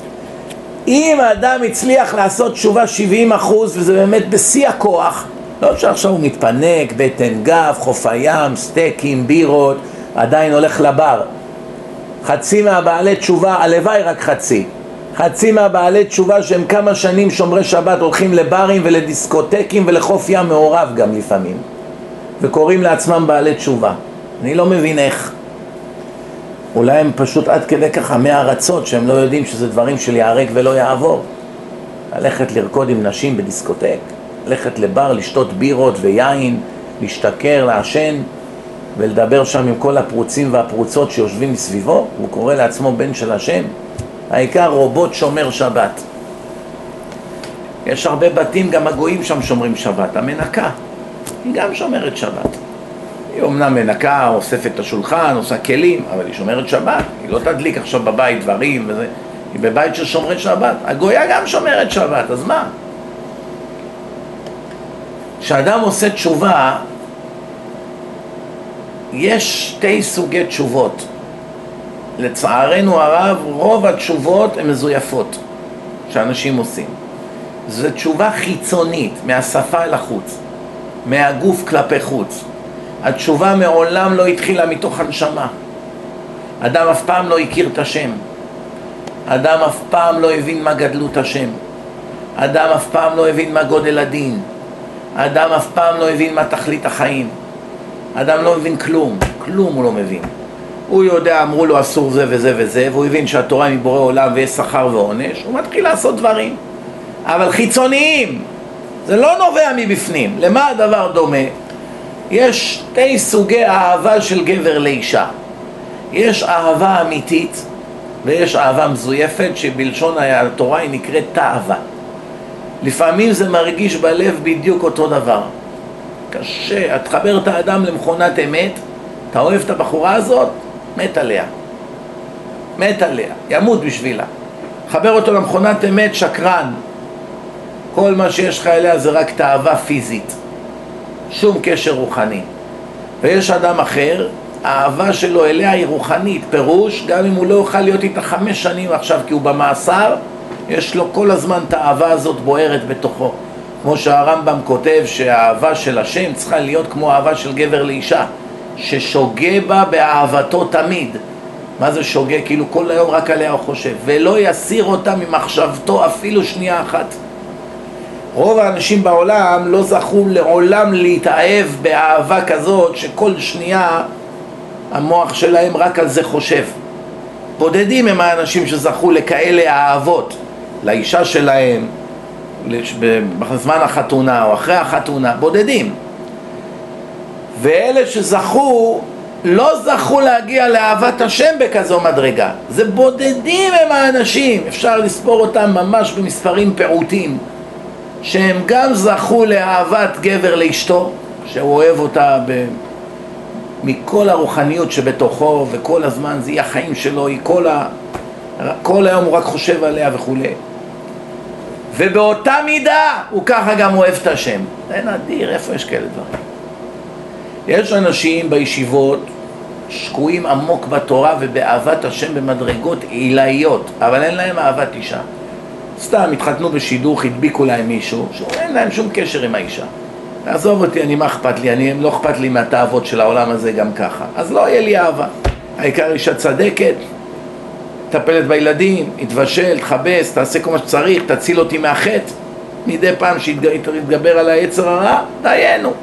Speaker 1: אם האדם הצליח לעשות תשובה שבעים אחוז, וזה באמת בשיא הכוח, לא שעכשיו הוא מתפנק, בטן גב, חוף הים, סטייקים, בירות, עדיין הולך לבר. חצי מהבעלי תשובה, הלוואי רק חצי. חצי מהבעלי תשובה שהם כמה שנים שומרי שבת הולכים לברים ולדיסקוטקים ולחוף ים מעורב גם לפעמים. וקוראים לעצמם בעלי תשובה. אני לא מבין איך. אולי הם פשוט עד כדי ככה מהארצות שהם לא יודעים שזה דברים של יערק ולא יעבור. ללכת לרקוד עם נשים בדיסקוטק, ללכת לבר, לשתות בירות ויין, להשתכר, לעשן ולדבר שם עם כל הפרוצים והפרוצות שיושבים מסביבו. הוא קורא לעצמו בן של השם. העיקר רובוט שומר שבת. יש הרבה בתים, גם הגויים שם שומרים שבת. המנקה היא גם שומרת שבת. היא אומנם מנקה, אוספת את השולחן, עושה כלים, אבל היא שומרת שבת. היא לא תדליק עכשיו בבית דברים וזה. היא בבית של שומרת שבת. הגויה גם שומרת שבת, אז מה? כשאדם עושה תשובה, יש שתי סוגי תשובות. לצערנו הרב, רוב התשובות הן מזויפות שאנשים עושים. זו תשובה חיצונית, מהשפה אל החוץ, מהגוף כלפי חוץ. התשובה מעולם לא התחילה מתוך הנשמה. אדם אף פעם לא הכיר את השם. אדם אף פעם לא הבין מה גדלות השם. אדם אף פעם לא הבין מה גודל הדין. אדם אף פעם לא הבין מה תכלית החיים. אדם לא מבין כלום, כלום הוא לא מבין. הוא יודע, אמרו לו אסור זה וזה וזה, והוא הבין שהתורה היא מבורא עולם ויש שכר ועונש, הוא מתחיל לעשות דברים. אבל חיצוניים, זה לא נובע מבפנים. למה הדבר דומה? יש שתי סוגי אהבה של גבר לאישה. יש אהבה אמיתית, ויש אהבה מזויפת, שבלשון התורה היא נקראת תאווה. לפעמים זה מרגיש בלב בדיוק אותו דבר. קשה, את חבר את האדם למכונת אמת, אתה אוהב את הבחורה הזאת, מת עליה. מת עליה, ימות בשבילה. חבר אותו למכונת אמת, שקרן. כל מה שיש לך אליה זה רק תאווה פיזית. שום קשר רוחני. ויש אדם אחר, האהבה שלו אליה היא רוחנית. פירוש, גם אם הוא לא יוכל להיות איתה חמש שנים עכשיו כי הוא במאסר, יש לו כל הזמן את האהבה הזאת בוערת בתוכו. כמו שהרמב"ם כותב שהאהבה של השם צריכה להיות כמו אהבה של גבר לאישה, ששוגה בה באהבתו תמיד. מה זה שוגה? כאילו כל היום רק עליה הוא חושב, ולא יסיר אותה ממחשבתו אפילו שנייה אחת. רוב האנשים בעולם לא זכו לעולם להתאהב באהבה כזאת שכל שנייה המוח שלהם רק על זה חושב. בודדים הם האנשים שזכו לכאלה אהבות לאישה שלהם בזמן החתונה או אחרי החתונה, בודדים. ואלה שזכו לא זכו להגיע לאהבת השם בכזו מדרגה. זה בודדים הם האנשים, אפשר לספור אותם ממש במספרים פעוטים, שהם גם זכו לאהבת גבר לאשתו, שהוא אוהב אותה ב... מכל הרוחניות שבתוכו, וכל הזמן זה יהיה החיים שלו, היא כל, ה... כל היום הוא רק חושב עליה וכו'. ובאותה מידה הוא ככה גם אוהב את השם. זה נדיר, איפה יש כאלה דברים? יש אנשים בישיבות שקועים עמוק בתורה ובאהבת השם במדרגות עילאיות, אבל אין להם אהבת אישה. סתם התחתנו בשידוך, הדביקו להם מישהו שאין להם שום קשר עם האישה. תעזוב אותי, אני מה אכפת לי, אני לא אכפת לי מהתאוות של העולם הזה גם ככה, אז לא יהיה לי אהבה. העיקר אישה צדקת, תטפלת בילדים, תתבשל, תחבס, תעשה כל מה שצריך, תציל אותי מהחטא, מדי פעם שיתגבר על היצר הרע, דיינו.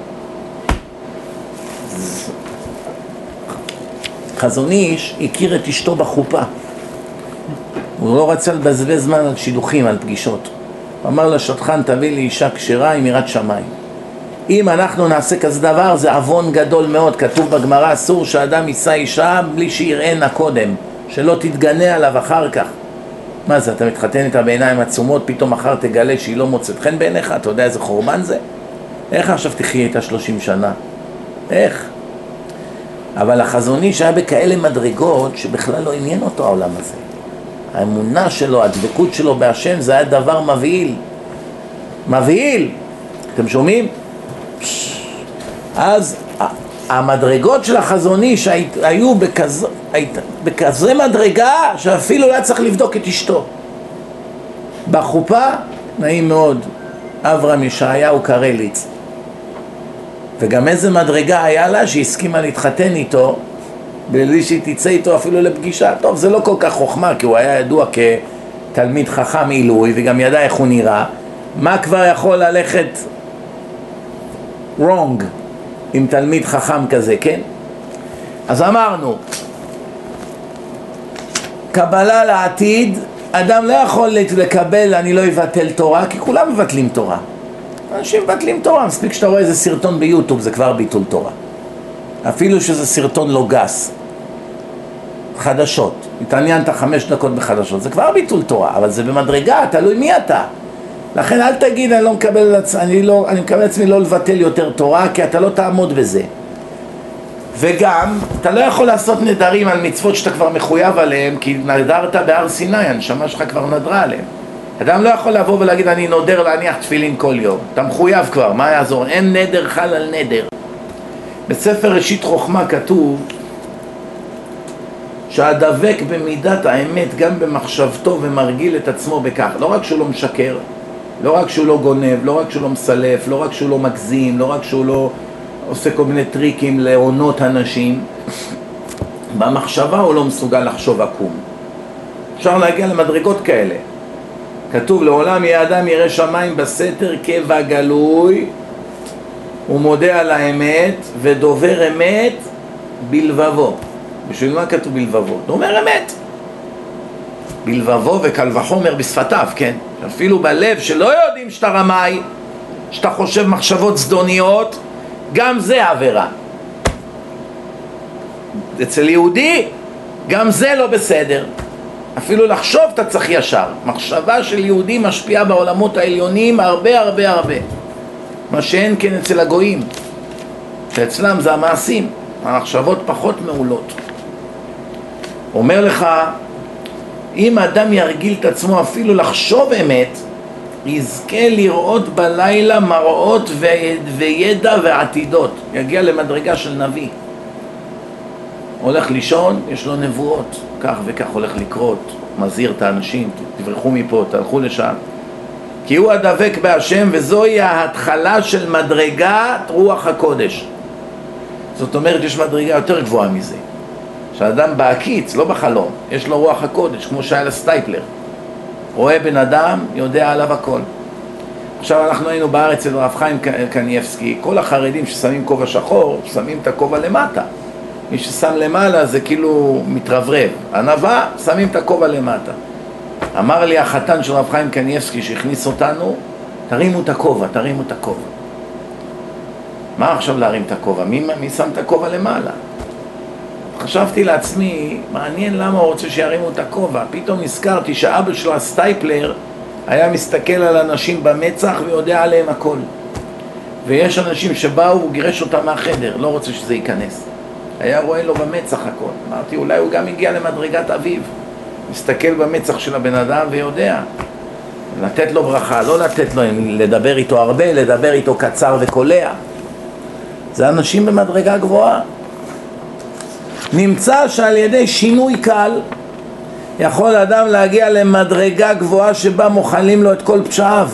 Speaker 1: חזון איש הכיר את אשתו בחופה, הוא לא רצה לבזבז זמן על שידוכים, על פגישות. הוא אמר לשטחן, תביא לי אישה כשרה עם יראת שמיים. אם אנחנו נעשה כזה דבר, זה עוון גדול מאוד. כתוב בגמרא, אסור שאדם יישא אישה בלי שיראנה קודם, שלא תתגנה עליו אחר כך. מה זה, אתה מתחתן איתה בעיניים עצומות, פתאום אחר תגלה שהיא לא מוצאת חן בעיניך? אתה יודע איזה חורבן זה? איך עכשיו תחיה איתה שלושים שנה? איך? אבל החזון איש היה בכאלה מדרגות שבכלל לא עניין אותו העולם הזה. האמונה שלו, הדבקות שלו בהשם, זה היה דבר מבהיל. מבהיל. אתם שומעים? אז המדרגות של החזון איש היו בכזו, בכזה מדרגה שאפילו לא היה צריך לבדוק את אשתו. בחופה, נעים מאוד, אברהם ישעיהו קרליץ. וגם איזה מדרגה היה לה שהסכימה להתחתן איתו בלי שהיא תצא איתו אפילו לפגישה. טוב, זה לא כל כך חוכמה, כי הוא היה ידוע כתלמיד חכם עילוי וגם ידע איך הוא נראה. מה כבר יכול ללכת wrong עם תלמיד חכם כזה, כן? אז אמרנו, קבלה לעתיד, אדם לא יכול לקבל אני לא אבטל תורה, כי כולם מבטלים תורה. אנשים מבטלים תורה, מספיק שאתה רואה איזה סרטון ביוטיוב, זה כבר ביטול תורה. אפילו שזה סרטון לא גס. חדשות, התעניינת חמש דקות בחדשות, זה כבר ביטול תורה, אבל זה במדרגה, תלוי מי אתה. לכן אל תגיד, אני לא מקבל, אני לא, אני מקבל עצמי לא לבטל יותר תורה, כי אתה לא תעמוד בזה. וגם, אתה לא יכול לעשות נדרים על מצוות שאתה כבר מחויב עליהם, כי נדרת בהר סיני, הנשמה שלך כבר נדרה עליהם. אדם לא יכול לבוא ולהגיד, אני נודר להניח תפילין כל יום. אתה מחויב כבר, מה יעזור? אין נדר חל על נדר. בספר ראשית חוכמה כתוב, שהדבק במידת האמת גם במחשבתו ומרגיל את עצמו בכך. לא רק שהוא לא משקר, לא רק שהוא לא גונב, לא רק שהוא לא מסלף, לא רק שהוא לא מגזים, לא רק שהוא לא עושה כל מיני טריקים לעונות אנשים, במחשבה הוא לא מסוגל לחשוב עקום. אפשר להגיע למדרגות כאלה. כתוב, לעולם יהיה אדם ירא שמיים בסתר קבע גלוי, הוא מודה על האמת ודובר אמת בלבבו. בשביל מה כתוב בלבבו? דובר אמת בלבבו וקל וחומר בשפתיו, כן? אפילו בלב שלא יודעים שאתה רמאי, שאתה חושב מחשבות זדוניות, גם זה עבירה. אצל יהודי גם זה לא בסדר. אפילו לחשוב אתה צריך ישר. מחשבה של יהודי משפיעה בעולמות העליונים הרבה הרבה הרבה, מה שאין כן אצל הגויים, שאצלם זה המעשים, המחשבות פחות מעולות. אומר לך, אם האדם ירגיל את עצמו אפילו לחשוב אמת, יזכה לראות בלילה מראות ו... וידע ועתידות, יגיע למדרגה של נביא. הולך לישון, יש לו נבואות, כך וכך הולך לקרות, מזהיר את האנשים, תברחו מפה, תלכו לשם. כי הוא הדבק בהשם, וזוהי ההתחלה של מדרגת רוח הקודש. זאת אומרת, יש מדרגה יותר גבוהה מזה. שהאדם בהקיץ, לא בחלום, יש לו רוח הקודש, כמו שהיה לסטייפלר. רואה בן אדם, יודע עליו הכל. עכשיו אנחנו היינו בארץ אצל רב חיים קניאבסקי, כל החרדים ששמים כובע שחור, שמים את הכובע למטה. מי ששם למעלה זה כאילו מתרברב. ענווה, שמים את הכובע למטה. אמר לי החתן של רב חיים קניאבסקי שהכניס אותנו, תרימו את הכובע, תרימו את הכובע. מה עכשיו להרים את הכובע? מי, מי שם את הכובע למעלה? חשבתי לעצמי, מעניין למה הוא רוצה שירימו את הכובע. פתאום נזכרתי שאבא שלו, הסטייפלר, היה מסתכל על אנשים במצח ויודע עליהם הכל. ויש אנשים שבאו, הוא גירש אותם מהחדר, לא רוצה שזה ייכנס. היה רואה לו במצח הכל. אמרתי, אולי הוא גם הגיע למדרגת אביו. מסתכל במצח של הבן אדם ויודע. לתת לו ברכה, לא לתת לו, לדבר איתו הרבה, לדבר איתו קצר וקולע. זה אנשים במדרגה גבוהה. נמצא שעל ידי שינוי קל יכול אדם להגיע למדרגה גבוהה שבה מוכלים לו את כל פשעיו.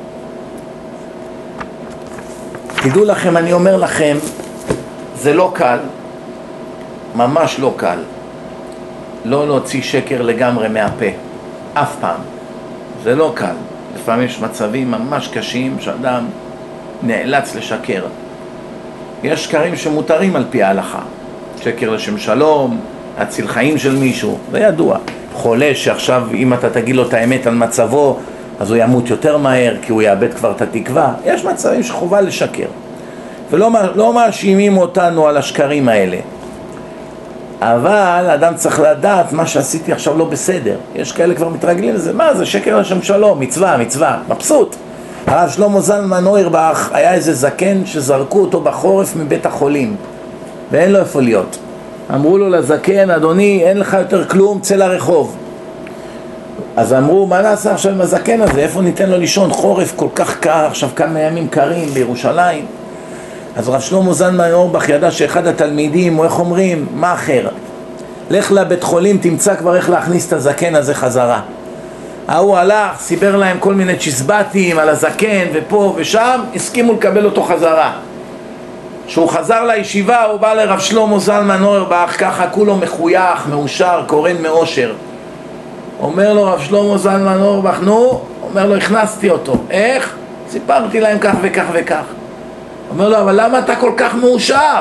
Speaker 1: תדעו לכם, אני אומר לכם, זה לא קל, ממש לא קל, לא להוציא שקר לגמרי מהפה, אף פעם. זה לא קל. לפעמים יש מצבים ממש קשים שאדם נאלץ לשקר. יש שקרים שמותרים על פי ההלכה. שקר לשם שלום, להציל חיים של מישהו, זה ידוע. חולה שעכשיו אם אתה תגיד לו את האמת על מצבו, אז הוא ימות יותר מהר, כי הוא יאבד כבר את התקווה. יש מצבים שחובה לשקר. ולא לא מאשימים אותנו על השקרים האלה. אבל אדם צריך לדעת מה שעשיתי עכשיו לא בסדר. יש כאלה כבר מתרגלים לזה. מה זה? שקר לשם שלום, מצווה, מצווה, מבסוט. הרב שלמה זלמן אוירבך היה איזה זקן שזרקו אותו בחורף מבית החולים. ואין לו איפה להיות. אמרו לו לזקן, אדוני, אין לך יותר כלום, צא לרחוב. אז אמרו, מה נעשה עכשיו עם הזקן הזה? איפה ניתן לו לישון? חורף כל כך קר, עכשיו כמה ימים קרים בירושלים. אז רב שלמה זלמן אוירבך ידע שאחד התלמידים, או איך אומרים, מה אחר? לך לבית חולים, תמצא כבר איך להכניס את הזקן הזה חזרה. ההוא הלך, סיבר להם כל מיני צ'יזבטים על הזקן ופה ושם, הסכימו לקבל אותו חזרה. כשהוא חזר לישיבה, הוא בא לרב שלמה זלמן אוירבך, ככה כולו מחוייך, מאושר, קורן מאושר. אומר לו רב שלמה זלמן אוירבך, נו, אומר לו, הכנסתי אותו. איך? סיפרתי להם כך וכך וכך. אומר לו, אבל למה אתה כל כך מאושר?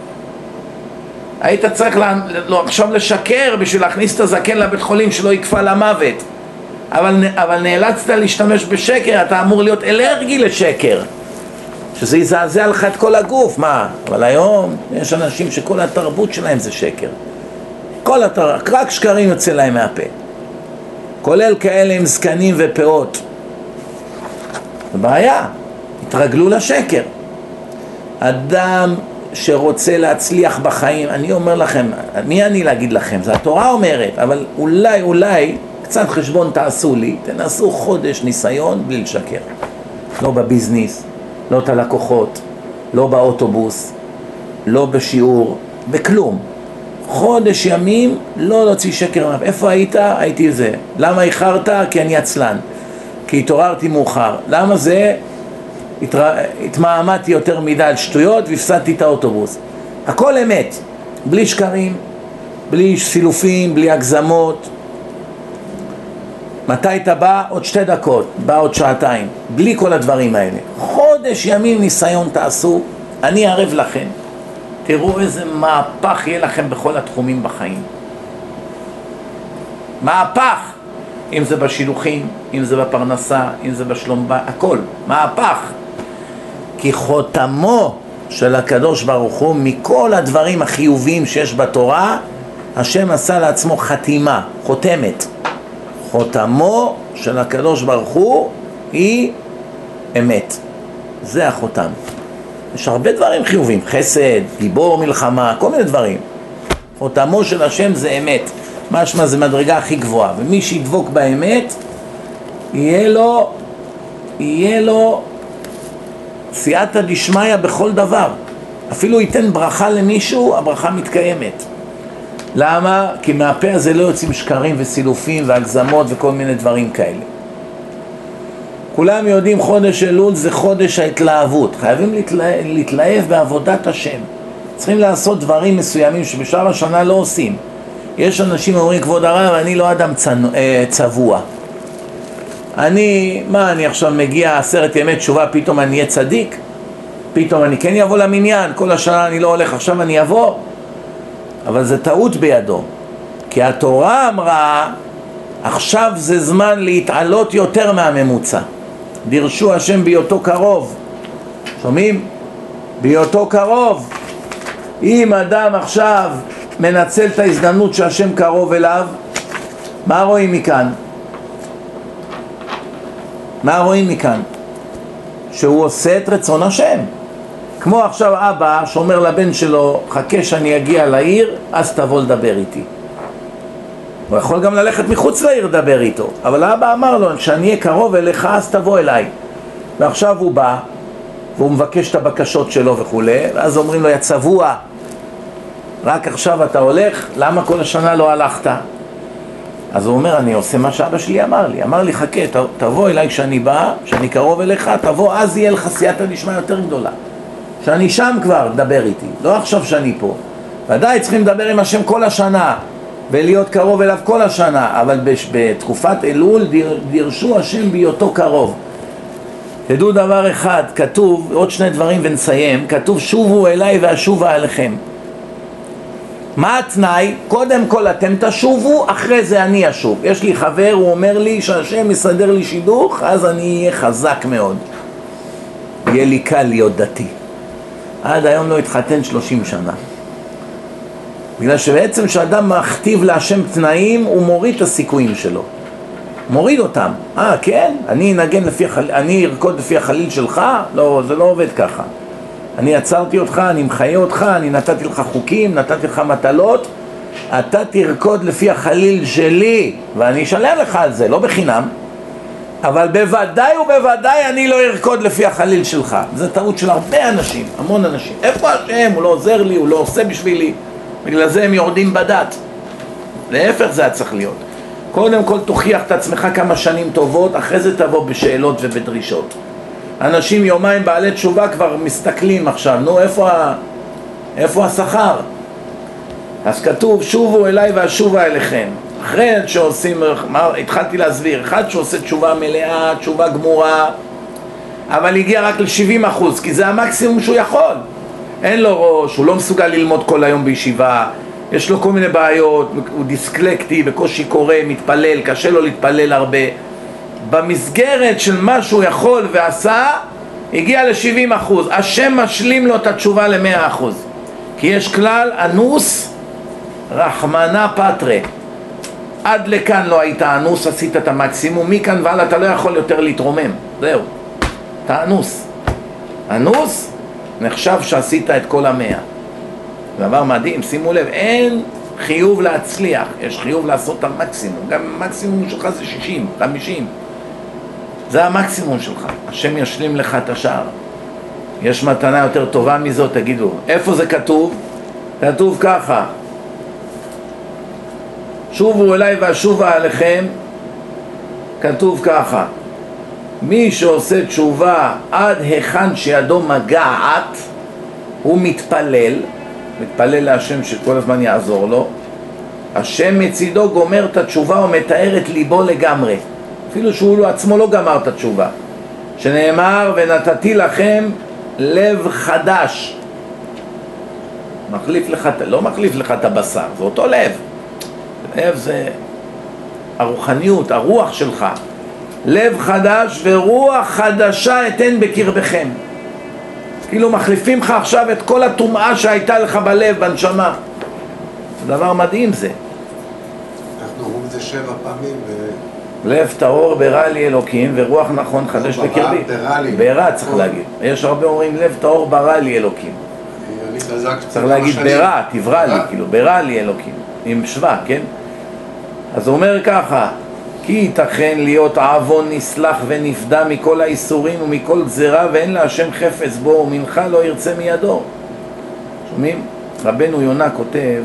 Speaker 1: היית צריך לה, לא, עכשיו לשקר בשביל להכניס את הזקן לבית חולים שלא יקפא למוות. אבל, אבל נאלצת להשתמש בשקר, אתה אמור להיות אלרגי לשקר. שזה יזעזע לך את כל הגוף, מה? אבל היום יש אנשים שכל התרבות שלהם זה שקר. כל התרבות, רק שקרים יוצא להם מהפה. כולל כאלה עם זקנים ופאות. זה בעיה, התרגלו לשקר. אדם שרוצה להצליח בחיים, אני אומר לכם, מי אני להגיד לכם? זה התורה אומרת, אבל אולי, אולי, קצת חשבון תעשו לי, תנסו חודש ניסיון בלי לשקר. לא בביזניס, לא את הלקוחות, לא באוטובוס, לא בשיעור, בכלום. חודש ימים לא להוציא שקר. איפה היית? הייתי זה. למה איחרת? כי אני עצלן. כי התעוררתי מאוחר. למה זה? התר... התמהמתי יותר מדי על שטויות והפסדתי את האוטובוס. הכל אמת. בלי שקרים, בלי סילופים, בלי הגזמות. מתי אתה בא? עוד שתי דקות, בא עוד שעתיים, בלי כל הדברים האלה. חודש ימים ניסיון תעשו, אני אערב לכם. תראו איזה מהפך יהיה לכם בכל התחומים בחיים. מהפך! אם זה בשילוחים, אם זה בפרנסה, אם זה בשלום, הכל, מהפך. כי חותמו של הקדוש ברוך הוא, מכל הדברים החיוביים שיש בתורה, השם עשה לעצמו חתימה, חותמת. חותמו של הקדוש ברוך הוא היא אמת. זה החותם. יש הרבה דברים חיובים, חסד, גיבור מלחמה, כל מיני דברים. חותמו של השם זה אמת. משמע זה מדרגה הכי גבוהה. ומי שידבוק באמת, יהיה לו, יהיה לו סייעתא דשמיא בכל דבר. אפילו ייתן ברכה למישהו, הברכה מתקיימת. למה? כי מהפה הזה לא יוצאים שקרים וסילופים והגזמות וכל מיני דברים כאלה. כולם יודעים חודש אלול זה חודש ההתלהבות, חייבים להתלה... להתלהב בעבודת השם, צריכים לעשות דברים מסוימים שבשאר השנה לא עושים. יש אנשים אומרים, כבוד הרב, אני לא אדם צנוע, צבוע, אני, מה אני עכשיו מגיע עשרת ימי תשובה, פתאום אני אהיה צדיק, פתאום אני כן יבוא למניין, כל השנה אני לא הולך, עכשיו אני אבוא. אבל זה טעות בידו, כי התורה אמרה עכשיו זה זמן להתעלות יותר מהממוצע, דרשו השם בהיותו קרוב. שומעים? בהיותו קרוב. אם אדם עכשיו מנצל את ההזדמנות שהשם קרוב אליו, מה רואים מכאן? מה רואים מכאן? שהוא עושה את רצון השם. כמו עכשיו אבא שאומר לבן שלו, חכה שאני אגיע לעיר, אז תבוא לדבר איתי. הוא יכול גם ללכת מחוץ לעיר לדבר איתו, אבל האבא אמר לו, כשאני אהיה קרוב אליך, אז תבוא אליי. ועכשיו הוא בא, והוא מבקש את הבקשות שלו וכו', ואז אומרים לו, יא צבוע, רק עכשיו אתה הולך, למה כל השנה לא הלכת? אז הוא אומר, אני עושה מה שאבא שלי אמר לי, אמר לי, חכה, תבוא אליי כשאני בא, כשאני קרוב אליך, תבוא, אז יהיה לך סייעתא דשמיא יותר גדולה. שאני שם כבר, דבר איתי, לא עכשיו שאני פה. ודאי צריכים לדבר עם השם כל השנה, ולהיות קרוב אליו כל השנה, אבל בתקופת אלול דרשו השם בהיותו קרוב. תדעו דבר אחד, כתוב, עוד שני דברים ונסיים, כתוב שובו אליי ואשובה אליכם. מה התנאי? קודם כל אתם תשובו, אחרי זה אני אשוב. יש לי חבר, הוא אומר לי שהשם יסדר לי שידוך, אז אני אהיה חזק מאוד. יהיה לי קל להיות דתי. עד היום לא התחתן שלושים שנה. בגלל שבעצם כשאדם מכתיב להשם תנאים, הוא מוריד את הסיכויים שלו. מוריד אותם. אה, כן? אני אנגן לפי החליל, אני ארקוד לפי החליל שלך? לא, זה לא עובד ככה. אני עצרתי אותך, אני מחיה אותך, אני נתתי לך חוקים, נתתי לך מטלות, אתה תרקוד לפי החליל שלי, ואני אשלם לך על זה, לא בחינם. אבל בוודאי ובוודאי אני לא ארקוד לפי החליל שלך. זה טעות של הרבה אנשים, המון אנשים. איפה השם? הוא לא עוזר לי, הוא לא עושה בשבילי. בגלל זה הם יורדים בדת. להפך זה צריך להיות. קודם כל תוכיח את עצמך כמה שנים טובות, אחרי זה תבוא בשאלות ובדרישות. אנשים יומיים בעלי תשובה כבר מסתכלים עכשיו, נו איפה, איפה השכר? אז כתוב שובו אליי ואשובה אליכם. אחרי שעושים, מה, התחלתי להסביר, אחד שעושה תשובה מלאה, תשובה גמורה, אבל הגיע רק ל-שבעים אחוז, כי זה המקסימום שהוא יכול. אין לו ראש, הוא לא מסוגל ללמוד כל היום בישיבה, יש לו כל מיני בעיות, הוא דיסקלקטי, בקושי קורא, מתפלל, קשה לו להתפלל הרבה. במסגרת של מה שהוא יכול ועשה, הגיע ל-שבעים אחוז. השם משלים לו את התשובה ל-מאה אחוז. כי יש כלל, אנוס, רחמנה פטרה. עד לכאן לא היית אנוס, עשית את המקסימום, מכאן ועל אתה לא יכול יותר להתרומם. זהו, אתה אנוס. אנוס, נחשב שעשית את כל המאה. דבר מדהים, שימו לב, אין חיוב להצליח, יש חיוב לעשות את המקסימום. גם המקסימום שלך זה שישים, חמישים. זה המקסימום שלך, השם ישלים לך את השאר. יש מתנה יותר טובה מזאת, תגידו. איפה זה כתוב? כתוב ככה, שובו אליי ואשובה עליכם. כתוב ככה, מי שעושה תשובה עד היכן שידו מגעת, הוא מתפלל, מתפלל להשם שכל הזמן יעזור לו. השם מצידו גומר את התשובה ומתאר את ליבו לגמרי, אפילו שהוא עצמו לא גמר את התשובה, שנאמר ונתתי לכם לב חדש. מחליף לך, לא מחליף לך את הבשר, זה אותו לב. לב זה הרוחניות, הרוח שלך. לב חדש ורוח חדשה אתן בקרבכם. כאילו מחליפים לך עכשיו את כל הטומאה שהייתה לך בלב, בנשמה. זה דבר מדהים זה.
Speaker 2: אנחנו אומרים את זה שבע פעמים ו...
Speaker 1: לב טהור ברא לי אלוקים ורוח נכון חדש בקרבי. ברא צריך להגיד. יש הרבה אומרים לב טהור ברא לי אלוקים. צריך להגיד ברא, תברא לי, כאילו ברא לי אלוקים. עם שווה, כן? אז הוא אומר ככה, כי ייתכן להיות עוון נסלח ונפדה מכל האיסורים ומכל גזרה ואין להשם חפץ בו ומנחה לא ירצה מידו. שומעים? רבנו יונה כותב,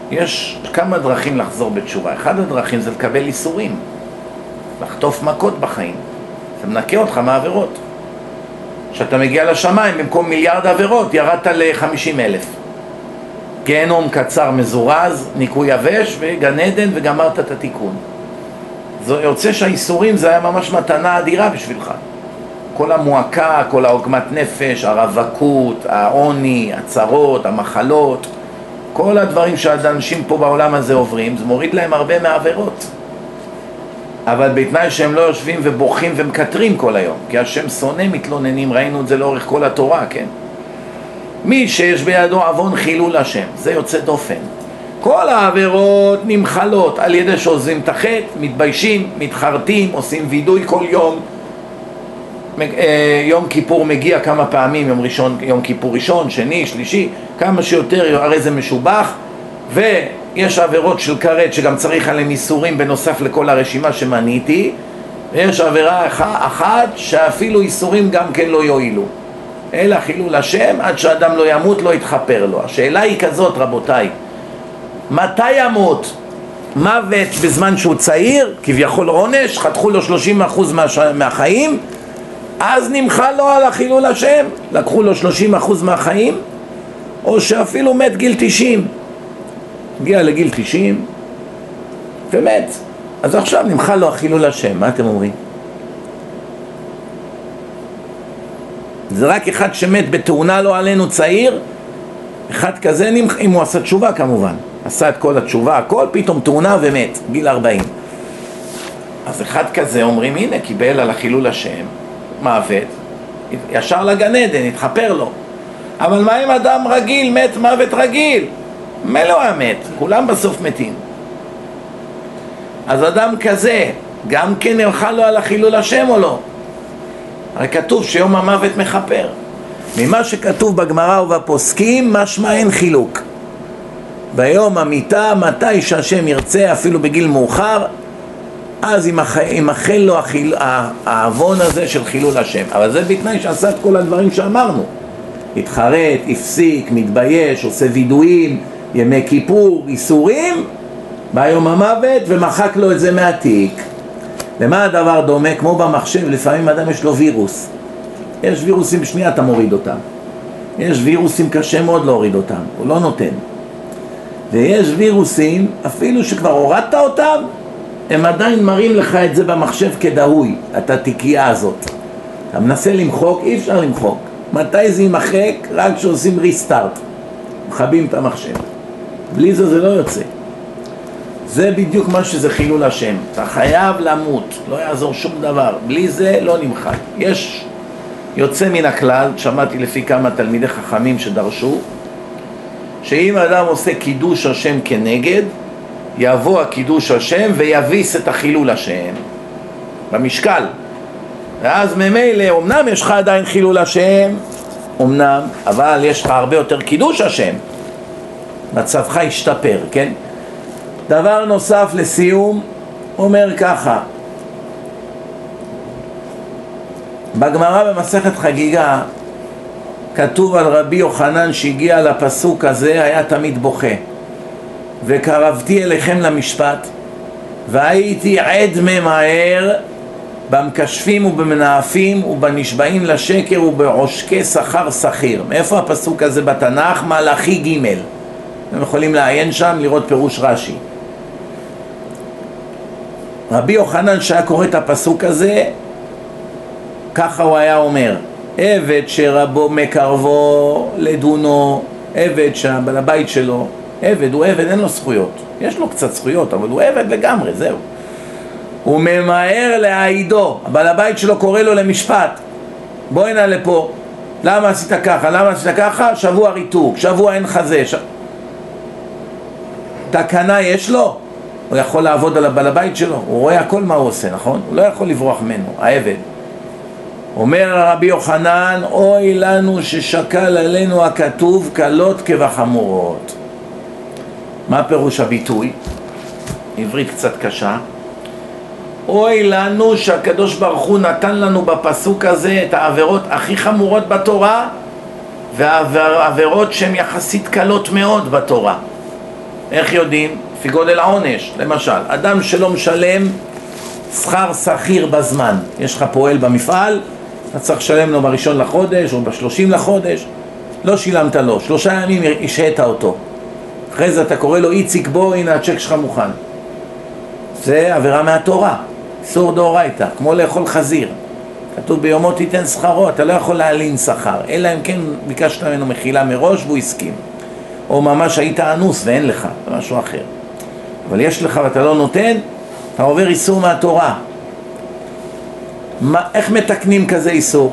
Speaker 1: יש כמה דרכים לחזור בתשובה. אחד הדרכים זה לקבל איסורים, לחטוף מכות בחיים. זה מנקה אותך מהעבירות. כשאתה מגיע לשמיים, במקום מיליארד עבירות, ירדת ל-חמישים אלף. גיהנום קצר מזורז, ניקוי יבש וגן עדן, וגמרת את התיקון. זה יוצא שהאיסורים זה היה ממש מתנה אדירה בשבילך. כל המועקה, כל העוגמת נפש, הרווקות, העוני, הצרות, המחלות, כל הדברים שהאנשים פה בעולם הזה עוברים, זה מוריד להם הרבה מהעבירות. אבל בתנאי שהם לא יושבים ובוכים ומקטרים כל היום, כי השם שונא מתלוננים, ראינו את זה לאורך כל התורה, כן? מי שיש בידו עוון חילול השם, זה יוצא דופן. כל העבירות נמחלות על ידי שעוזבים את החטא, מתביישים, מתחרטים, עושים וידוי כל יום. יום כיפור מגיע כמה פעמים, יום ראשון, יום כיפור ראשון, שני, שלישי, כמה שיותר, הרי זה משובח, ויש עבירות של כרת שגם צריך עליהם איסורים בנוסף לכל הרשימה שמניתי, ויש עבירה אחת שאפילו איסורים גם כן לא יועילו, אלא חילול השם, עד שאדם לא ימות לא יתחפר לו. השאלה היא כזאת, רבותיי, מתי ימות? מוות בזמן שהוא צעיר, כביכול עונש, חתכו לו שלושים אחוז מה, מהחיים, אז נמחה לו על החילול השם, לקחו לו שלושים אחוז מהחיים, או שאפילו מת גיל תשעים, הגיע לגיל תשעים ומת, אז עכשיו נמחה לו החילול השם. מה אתם אומרים? זה רק אחד שמת בתאונה, לא עלינו, צעיר, אחד כזה נמחה, אם הוא עשה תשובה כמובן, עשה את כל התשובה, הכל, פתאום תאונה ומת, גיל ארבעים. אז אחד כזה אומרים, הנה, קיבל על החילול השם, מוות, ישר לגן עדן, התחפר לו. אבל מה אם אדם רגיל מת מוות רגיל? מה לא המת? כולם בסוף מתים. אז אדם כזה, גם כן נלכה לו על החילול השם או לא? הרי כתוב שיום המוות מחפר. ממה שכתוב בגמרא ובפוסקים, משמע אין חילוק. ביום המיטה, מתי שהשם ירצה, אפילו בגיל מאוחר, אז ימחל לו החיל... העוון הזה של חילול השם. אבל זה בתנאי שעשה את כל הדברים שאמרנו. התחרט, הפסיק, מתבייש, עושה וידויים, ימי כיפור, איסורים, ביום המוות, ומחק לו את זה מהתיק. למה הדבר דומה? כמו במחשב, לפעמים אדם יש לו וירוס. יש וירוסים בשנייה אתה מוריד אותם. יש וירוסים קשה מאוד להוריד אותם, הוא לא נותן. ויש וירוסים, אפילו שכבר הורדת אותם, הם עדיין מראים לך את זה במחשב כדהוי, את התיקייה הזאת. אתה מנסה למחוק, אי אפשר למחוק. מתי זה יימחק? רק כשעושים ריסטארט, מחבים את המחשב. בלי זה זה לא יוצא. זה בדיוק מה שזה חילול השם. אתה חייב למות, לא יעזור שום דבר. בלי זה לא נמחק. יש יוצא מן הכלל, שמעתי לפי כמה תלמידי חכמים שדרשו, שאם האדם עושה קידוש השם כנגד, יבוא הקידוש השם ויביס את החילול השם במשקל. ואז ממילא, אמנם יש לך עדיין חילול השם, אמנם, אבל יש לך הרבה יותר קידוש השם, מצבך ישתפר, כן? דבר נוסף לסיום, אומר ככה, בגמרא במסכת חגיגה כתוב על רבי יוחנן שהגיע לפסוק הזה, היה תמיד בוכה, וקרבתי אליכם למשפט והייתי עד ממהר במקשפים ובמנאפים ובנשבעים לשקר ובעושקי שכר שכיר. מאיפה הפסוק הזה בתנ"ך? מלאכי ג'. אתם יכולים לעיין שם, לראות פירוש רש"י. רבי יוחנן שהיה קורא את הפסוק הזה, ככה הוא היה אומר, עבד שרבו מקרבו לדונו, עבד שבעל הבית שלו, עבד הוא עבד, אין לו זכויות, יש לו קצת זכויות, אבל הוא עבד לגמרי, זהו. הוא ממהר להעידו, הבעל הבית שלו קורא לו למשפט, בוא הנה לפה, למה עשית ככה, למה עשית ככה, שבוע ריתוק, שבוע אין חזה, ש... תקנה יש לו, הוא יכול לעבוד על הבעל הבית שלו, הוא רואה הכל מה הוא עושה, נכון? הוא לא יכול לברוח ממנו, העבד. אומר רבי יוחנן, אוי לנו ששקל עלינו הכתוב קלות כבחמורות. מה פירוש הביטוי? עברית קצת קשה. אוי לנו שהקדוש ברוך הוא נתן לנו בפסוק הזה את העבירות הכי חמורות בתורה, והעבירות שהן יחסית קלות מאוד בתורה. איך יודעים? לפי גודל העונש. למשל, אדם שלא משלם שכר שכיר בזמן, יש לך פועל במפעל, אתה צריך לשלם לו בראשון לחודש או בשלושים לחודש, לא שילמת לו, שלושה ימים השהית אותו, אחרי זה אתה קורא לו איציק בוא, הנה הצ'ק שלך מוכן. זה עבירה מהתורה, איסור דאורייתא, כמו לאכול חזיר. כתוב ביומו תיתן שכרו, אתה לא יכול להלין שכר, אלא אם כן ביקשת ממנו מחילה מראש והוא הסכים, או ממש היית אנוס ואין לך, זה משהו אחר. אבל יש לך ואתה לא נותן, אתה עובר איסור מהתורה. מה, איך מתקנים כזה איסור?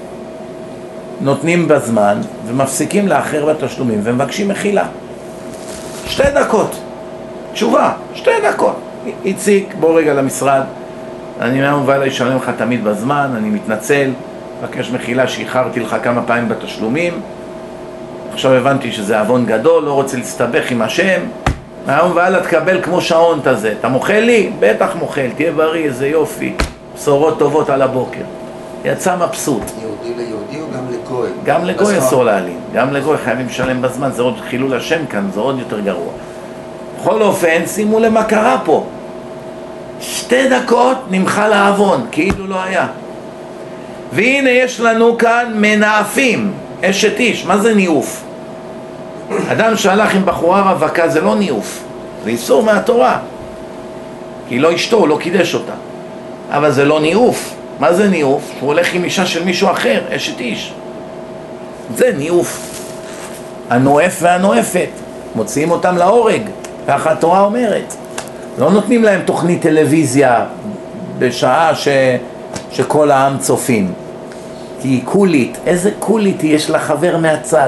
Speaker 1: נותנים בזמן ומפסיקים לאחר בתשלומים ומבקשים מחילה. שתי דקות, תשובה, שתי דקות. איציק, בוא רגע למשרד, אני מהיום ואלה אשלם לך תמיד בזמן, אני מתנצל, מבקש מחילה שאיחרתי לך כמה פעמים בתשלומים, עכשיו הבנתי שזה עוון גדול, לא רוצה להסתבך עם השם, מהיום ואלה תקבל כמו שעון הזה, אתה מוכל לי? בטח מוכל, תהיה בריא, איזה יופי, בשורות טובות על הבוקר. יצא מבסוט.
Speaker 2: יהודי ליהודי או גם לגוי?
Speaker 1: גם לגוי אסור להלין, גם לגוי חייבים לשלם בזמן, זה עוד חילול השם כאן, זה עוד יותר גרוע. בכל אופן, שימו למה קרה פה. שתי דקות נמחה לעוון, כאילו לא היה. והנה יש לנו כאן מנאפים, אשת איש. מה זה ניאוף? אדם שהלך עם בחורה רווקה זה לא ניאוף, זה איסור מהתורה, כי לא אשתו, הוא לא קידש אותה. אבל זה לא ניאוף. מה זה ניאוף? שהוא הולך עם אישה של מישהו אחר, אשת איש. זה ניאוף. הנואף והנואפת, מוציאים אותם להורג, ככה התורה אומרת. לא נותנים להם תוכנית טלוויזיה בשעה ש... שכל העם צופים. כי היא קולית. איזה קולית יש לה חבר מהצד?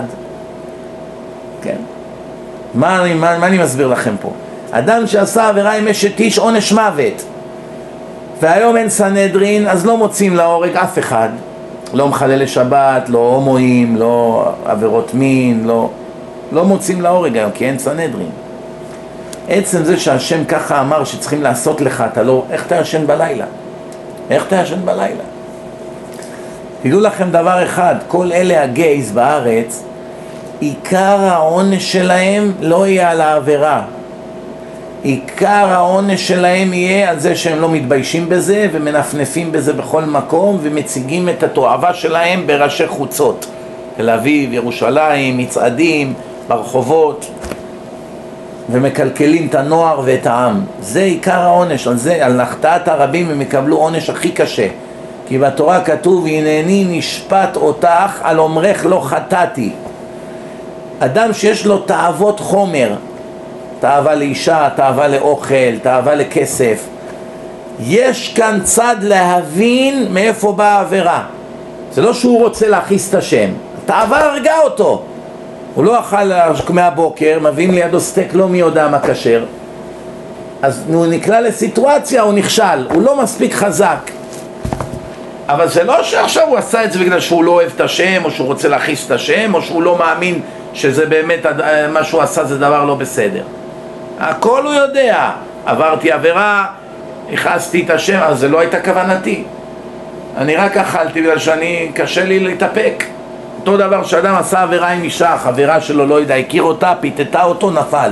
Speaker 1: כן. מה אני, מה, מה אני מסביר לכם פה? אדם שעשה עבירה עם אשת איש עונש מוות, והיום אין סנהדרין, אז לא מוצאים להורג אף אחד. לא מחללי שבת, לא הומואים, לא עבירות מין, לא, לא מוצאים להורג היום, כי אין סנהדרין. עצם זה שהשם ככה אמר שצריכים לעשות לך, אתה לא, איך אתה ישן בלילה? איך אתה ישן בלילה? תדעו לכם דבר אחד, כל אלה הגייז בארץ, עיקר העונש שלהם לא יהיה על העבירה. עיקר העונש שלהם יהיה על זה שהם לא מתביישים בזה ומנפנפים בזה בכל מקום ומציגים את התועבה שלהם בראשי חוצות. תל אביב, ירושלים, מצעדים, ברחובות, ומקלקלים את הנוער ואת העם. זה עיקר העונש, על זה, על החטאת הרבים הם יקבלו עונש הכי קשה. כי בתורה כתוב, הנני נשפט אותך על אומרך לא חטאתי. אדם שיש לו תאוות חומר, תאווה לאישה, תאווה לאוכל, תאווה לכסף, יש כאן צד להבין מאיפה באה העבירה. זה לא שהוא רוצה להכיס את השם, תאווה הרגה אותו. הוא לא אכל מהבוקר, מביאים לידו סטייק לא מי יודע מה כשר, אז הוא נקלע לסיטואציה, הוא נכשל, הוא לא מספיק חזק. אבל זה לא שעכשיו הוא עשה את זה בגלל שהוא לא אוהב את השם, או שהוא רוצה להכיס את השם, או שהוא לא מאמין שזה באמת מה שהוא עשה זה דבר לא בסדר. הכל הוא יודע, עברתי עבירה, הכעסתי את השם, אז זה לא הייתה כוונתי, אני רק אכלתי בגלל שאני קשה לי להתאפק. אותו דבר שאדם עשה עבירה עם אישה, חברה שלו לא יודע, הכיר אותה, פיתתה אותו, נפל.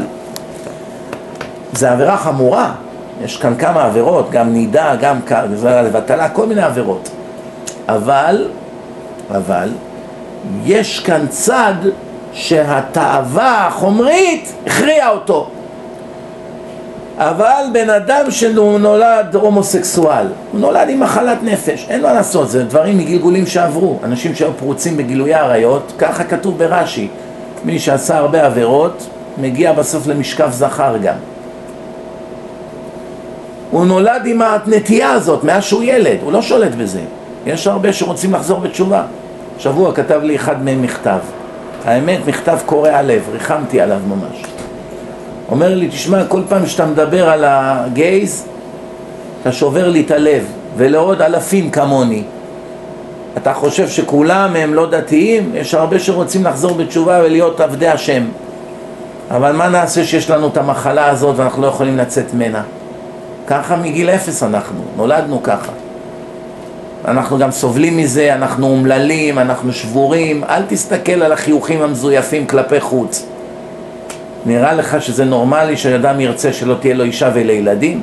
Speaker 1: זה עבירה חמורה. יש כאן כמה עבירות, גם נידה, גם לבטלה, כל מיני עבירות. אבל, אבל, יש כאן צד שהתאווה החומרית הכריעה אותו. אבל בן אדם שהוא נולד הומוסקסואל, הוא נולד עם מחלת נפש, אין מה לעשות, זה דברים מגלגולים שעברו. אנשים שהיו פרוצים בגילויי עריות, ככה כתוב ברש"י, מי שעשה הרבה עבירות מגיע בסוף למשכב זכר גם. הוא נולד עם הנטייה הזאת מאז שהוא ילד, הוא לא שולט בזה. יש הרבה שרוצים לחזור בתשובה. שבוע כתב לי אחד מהם מכתב, האמת מכתב קורע לב, ריחמתי עליו ממש. אומר לי, תשמע, כל פעם שאתה מדבר על הגייז, אתה שובר לי את הלב, ולעוד אלפים כמוני. אתה חושב שכולם הם לא דתיים? יש הרבה שרוצים לחזור בתשובה ולהיות עבדי השם. אבל מה נעשה שיש לנו את המחלה הזאת ואנחנו לא יכולים לצאת ממנה? ככה מגיל אפס אנחנו, נולדנו ככה. אנחנו גם סובלים מזה, אנחנו אומללים, אנחנו שבורים. אל תסתכל על החיוכים המזויפים כלפי חוץ. נראה לך שזה נורמלי שאדם ירצה שלא תהיה לו אישה ולילדים?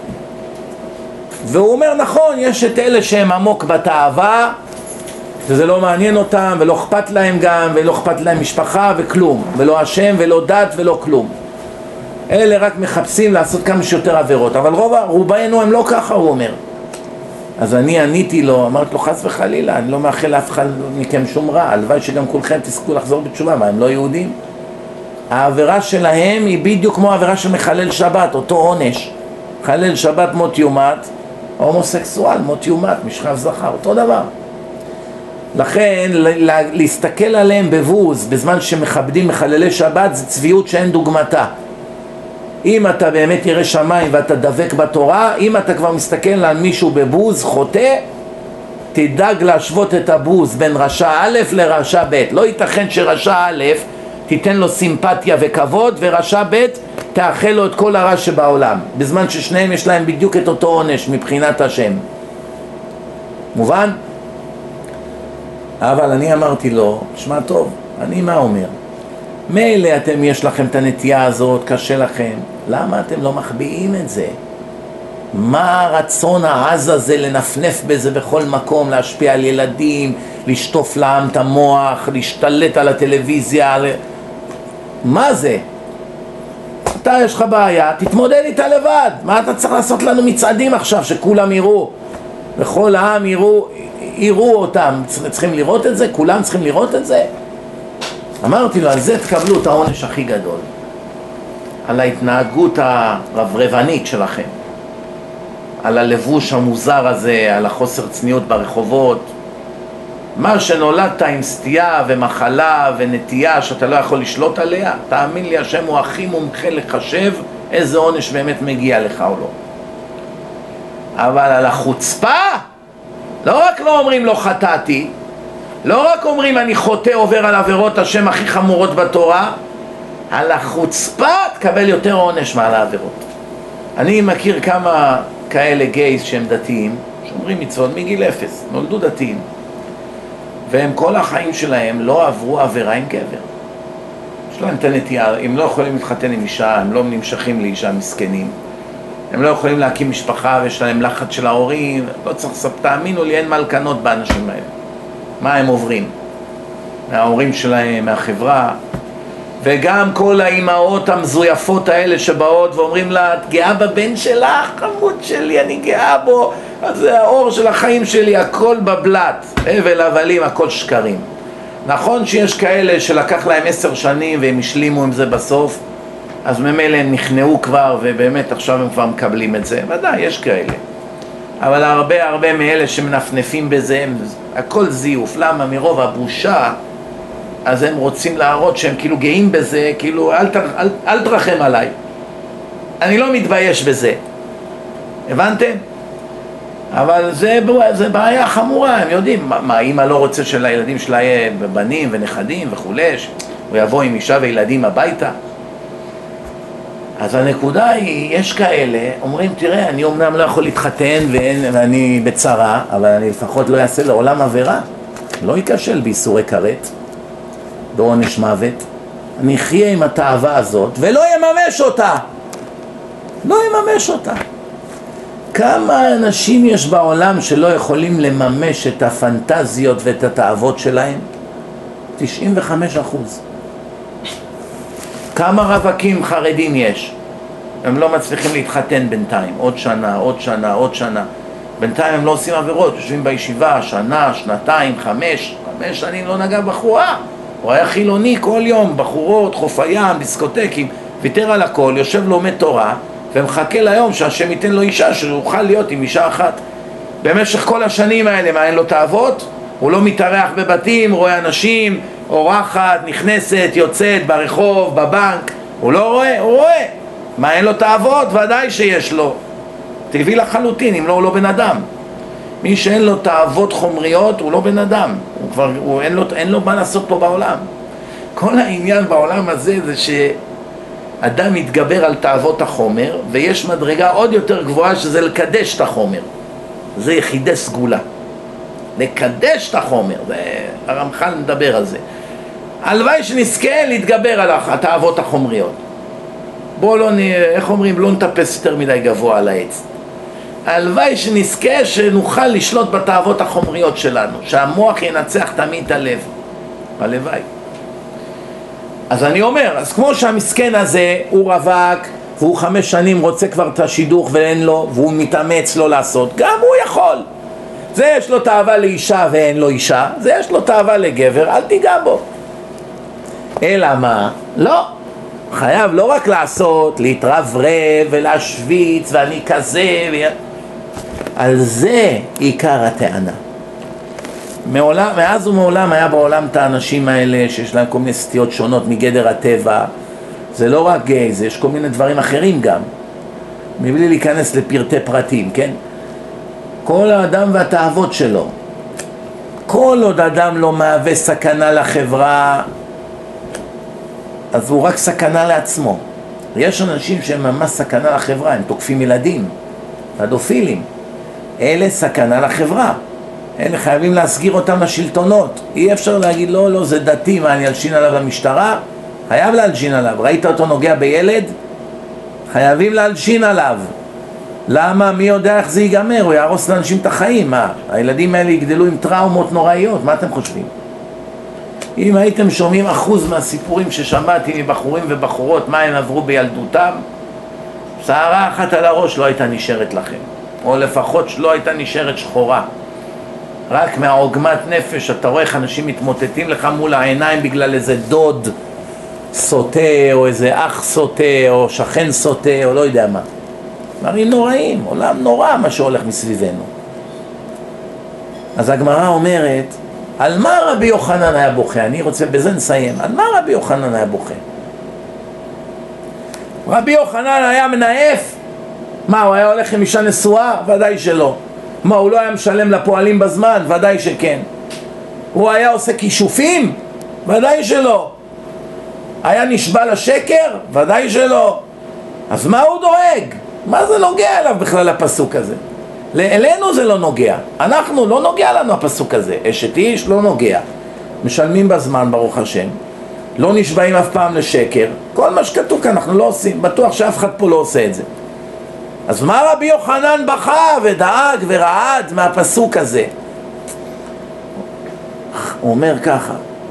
Speaker 1: והוא אומר נכון, יש את אלה שהם עמוק בתאווה וזה לא מעניין אותם ולא אכפת להם גם, ולא אכפת להם משפחה וכלום, ולא השם ולא דת ולא כלום. אלה רק מחפשים לעשות כמה שיותר עבירות, אבל רוב, רובנו הם לא ככה, הוא אומר. אז אני עניתי לו, אמרתי לו חס וחלילה, אני לא מאחל לאף אחד מכם שום רע, הלוואי שגם כולכם תזכו לחזור בתשובה, מה הם לא יהודים? העבירה שלהם היא בדיוק כמו העבירה של מחלל שבת, אותו עונש. מחלל שבת מות יומת, הומוסקסואל מות יומת, משכב זכר, אותו דבר. לכן להסתכל עליהם בבוז בזמן שמכבדים מחללי שבת זה צביעות שאין דוגמתה. אם אתה באמת ירא שמיים ואתה דבק בתורה, אם אתה כבר מסתכל על מישהו בבוז חוטא, תדאג להשוות את הבוז בין רשע א' לרשע ב'. לא ייתכן שרשע א' תיתן לו סימפתיה וכבוד, ורשע ב' תאחל לו את כל הרע שבעולם, בזמן ששניהם יש להם בדיוק את אותו עונש מבחינת השם. מובן? אבל אני אמרתי לו, שמע טוב, אני מה אומר? מילא אתם יש לכם את הנטייה הזאת, קשה לכם, למה אתם לא מחביאים את זה? מה הרצון העז הזה לנפנף בזה בכל מקום, להשפיע על ילדים, לשטוף לעם את המוח, להשתלט על הטלוויזיה, מה זה? אתה יש לך בעיה, תתמודד איתה לבד. מה אתה צריך לעשות לנו מצעדים עכשיו שכולם יראו? וכל העם יראו, יראו אותם, צריכים לראות את זה? כולם צריכים לראות את זה? אמרתי לו, על זה תקבלו את העונש הכי גדול, על ההתנהגות הרברבנית שלכם, על הלבוש המוזר הזה, על החוסר צניעות ברחובות. מה שנולדת עם סטייה ומחלה ונטייה שאתה לא יכול לשלוט עליה, תאמין לי, השם הוא הכי מומחה לחשב איזה עונש באמת מגיע לך או לא. אבל על החוצפה, לא רק לא אומרים לו חטאתי, לא רק אומרים אני חוטא עובר על עבירות השם הכי חמורות בתורה, על החוצפה תקבל יותר עונש מעל העבירות. אני מכיר כמה כאלה גייז שהם דתיים, שאומרים מצוות מגיל אפס, נולדו דתיים, והם כל החיים שלהם לא עברו עבירה עם גבר. יש להם את הנטייה, הם לא יכולים להתחתן עם אישה, הם לא נמשכים לאישה מסכנים, הם לא יכולים להקים משפחה ויש להם לחץ של ההורים, לא צריך לספר, תאמינו לי, אין מה לקנות באנשים האלה. מה הם עוברים? מההורים שלהם, מהחברה, וגם כל האימהות המזויפות האלה שבאות ואומרים לה, את גאה בבן שלך, חמוד שלי, אני גאה בו, אז זה האור של החיים שלי, הכל בבלט, הבל הבלים, הכל שקרים. נכון שיש כאלה שלקח להם עשר שנים והם השלימו עם זה בסוף, אז ממילא הם נכנעו כבר ובאמת עכשיו הם כבר מקבלים את זה, ודאי, יש כאלה. אבל הרבה הרבה מאלה שמנפנפים בזה, הם, הכל זיוף. למה? מרוב הבושה, אז הם רוצים להראות שהם כאילו גאים בזה, כאילו אל, אל, אל תרחם עליי, אני לא מתבייש בזה. הבנתם? אבל זה, זה בעיה חמורה, הם יודעים, מה, מה אמא לא רוצה שלילדים שלה יהיה בנים ונכדים וכולי, הוא יבוא עם אישה וילדים הביתה. אז הנקודה היא, יש כאלה, אומרים, תראה, אני אומנם לא יכול להתחתן ואין, ואני בצרה, אבל אני לפחות לא אעשה לעולם עבירה, לא יקשל ביסורי כרת, בעונש מוות, אני אחיה עם התאווה הזאת ולא יממש אותה, לא יממש אותה. כמה אנשים יש בעולם שלא יכולים לממש את הפנטזיות ואת התאוות שלהם? תשעים וחמישה אחוז. כמה רווקים חרדים יש? הם לא מצליחים להתחתן בינתיים, עוד שנה, עוד שנה, עוד שנה. בינתיים הם לא עושים עבירות, יושבים בישיבה, שנה, שנתיים, חמש, חמש שנים לא נגע בחורה. הוא היה חילוני כל יום, בחורות, חוף הים, דיסקוטקים, ויתר על הכל, יושב לומד תורה, ומחכה ליום שהשם ייתן לו אישה, שיוכל להיות עם אישה אחת. במשך כל השנים האלה, מה, אין לו תאוות? הוא לא מתארח בבתים, רואה אנשים, אורחת, נכנסת, יוצאת, ברחוב, בבנק, הוא לא רואה, הוא רואה. מה, אין לו תאוות? ודאי שיש לו. טבעי לחלוטין, אם לא, הוא לא בן אדם. מי שאין לו תאוות חומריות, הוא לא בן אדם. הוא כבר, הוא, אין לו, אין לו מה לעשות פה בעולם. כל העניין בעולם הזה זה שאדם מתגבר על תאוות החומר, ויש מדרגה עוד יותר גבוהה שזה לקדש את החומר. זה יחידי סגולה. לקדש את החומר, זה, הרמח"ל מדבר על זה. הלוואי שנזכה להתגבר על התאוות החומריות. בואו לא, איך אומרים, לא נטפס יותר מדי גבוה על העץ. הלוואי שנזכה שנוכל לשלוט בתאוות החומריות שלנו, שהמוח ינצח תמיד את הלב. הלוואי. אז אני אומר, אז כמו שהמסכן הזה הוא רווק, והוא חמש שנים רוצה כבר את השידוך ואין לו, והוא מתאמץ לא לעשות, גם הוא יכול. זה יש לו תאווה לאישה ואין לו אישה, זה יש לו תאווה לגבר, אל תיגע בו. אלא מה? לא. חייב לא רק לעשות, להתרברב ולהשוויץ ואני כזה ו... על זה עיקר הטענה. מעולם, מאז ומעולם היה בעולם את האנשים האלה שיש להם כל מיני סטיות שונות מגדר הטבע. זה לא רק גי, זה יש כל מיני דברים אחרים גם, מבלי להיכנס לפרטי פרטים, כן? כל האדם והתאוות שלו, כל עוד אדם לא מהווה סכנה לחברה, אז הוא רק סכנה לעצמו. יש אנשים שהם ממש סכנה לחברה, הם תוקפים ילדים, פדופילים. אלה סכנה לחברה. אלה חייבים להסגיר אותם לשלטונות. אי אפשר להגיד לא, לא, זה דתי, מה אני אלשין עליו למשטרה? חייב להלשין עליו. ראית אותו נוגע בילד? חייבים להלשין עליו. למה? מי יודע איך זה ייגמר? הוא יהרוס לאנשים את החיים. מה? הילדים האלה יגדלו עם טראומות נוראיות. מה אתם חושבים? אם הייתם שומעים אחוז מהסיפורים ששמעתי מבחורים ובחורות, מה הם עברו בילדותם, שערה אחת על הראש לא הייתה נשארת לכם. או לפחות לא הייתה נשארת שחורה. רק מהעוגמת נפש, אתה רואה איך אנשים מתמוטטים לך מול העיניים בגלל איזה דוד סוטה, או איזה אח סוטה, או שכן סוטה, או לא יודע מה. דברים נוראים, עולם נורא מה שהולך מסביבנו. אז הגמרא אומרת, על מה רבי יוחנן היה בוכה? אני רוצה בזה נסיים. על מה רבי יוחנן היה בוכה? רבי יוחנן היה מנאף? מה, הוא היה הולך עם אישה נשואה? ודאי שלא. מה, הוא לא היה משלם לפועלים בזמן? ודאי שכן. הוא היה עושה כישופים? ודאי שלא. היה נשבע לשקר? ודאי שלא. אז מה הוא דואג? מה זה נוגע אליו בכלל הפסוק הזה? אלינו זה לא נוגע. אנחנו, לא נוגע לנו הפסוק הזה. אשת איש לא נוגע. משלמים בזמן, ברוך השם. לא נשבעים אף פעם לשקר. כל מה שכתוב כאן אנחנו לא עושים. בטוח שאף אחד פה לא עושה את זה. אז מה רבי יוחנן בכה ודאג ורעד מהפסוק הזה? הוא אומר ככה,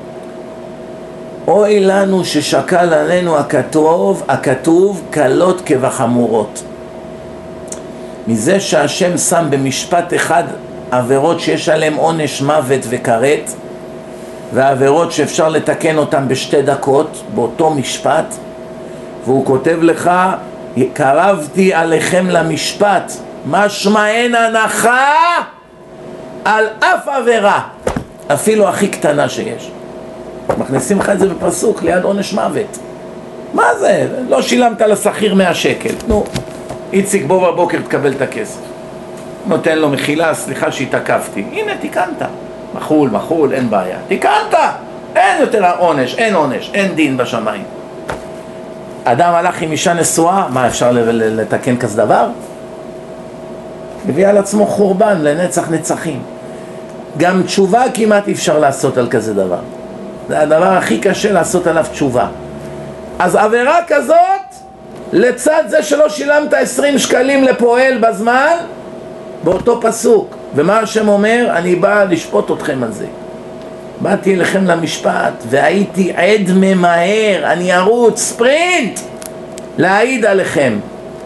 Speaker 1: אוי לנו ששקל עלינו הכתוב, הכתוב קלות כבחמורות. מזה שהשם שם במשפט אחד עבירות שיש עליהם עונש מוות וכרת, ועבירות שאפשר לתקן אותם בשתי דקות באותו משפט, והוא כותב לך, קרבתי עליכם למשפט, משמע אין הנחה על אף עבירה, אפילו הכי קטנה שיש. מכניסים לך את זה בפסוק ליד עונש מוות. מה זה? לא שילמת לשכיר מאה שקל. נו, איציק בוא בבוקר תקבל את הכסף. נותן לו מחילה, סליחה שהתעכבתי. הנה, תיקנת. מחול, מחול, אין בעיה. תיקנת! אין יותר עונש, אין עונש, אין דין בשמיים. אדם הלך עם אישה נשואה, מה אפשר לתקן כזה דבר? הביא על עצמו חורבן לנצח נצחים. גם תשובה כמעט אפשר לעשות על כזה דבר. זה הדבר הכי קשה לעשות עליו תשובה. אז עבירה כזאת, לצד זה שלא שילמת עשרים שקלים לפועל בזמן, באותו פסוק. ומה השם אומר? אני בא לשפוט אתכם על זה. באתי אליכם למשפט והייתי עד ממהר, אני ארוץ ספרינט להעיד עליכם,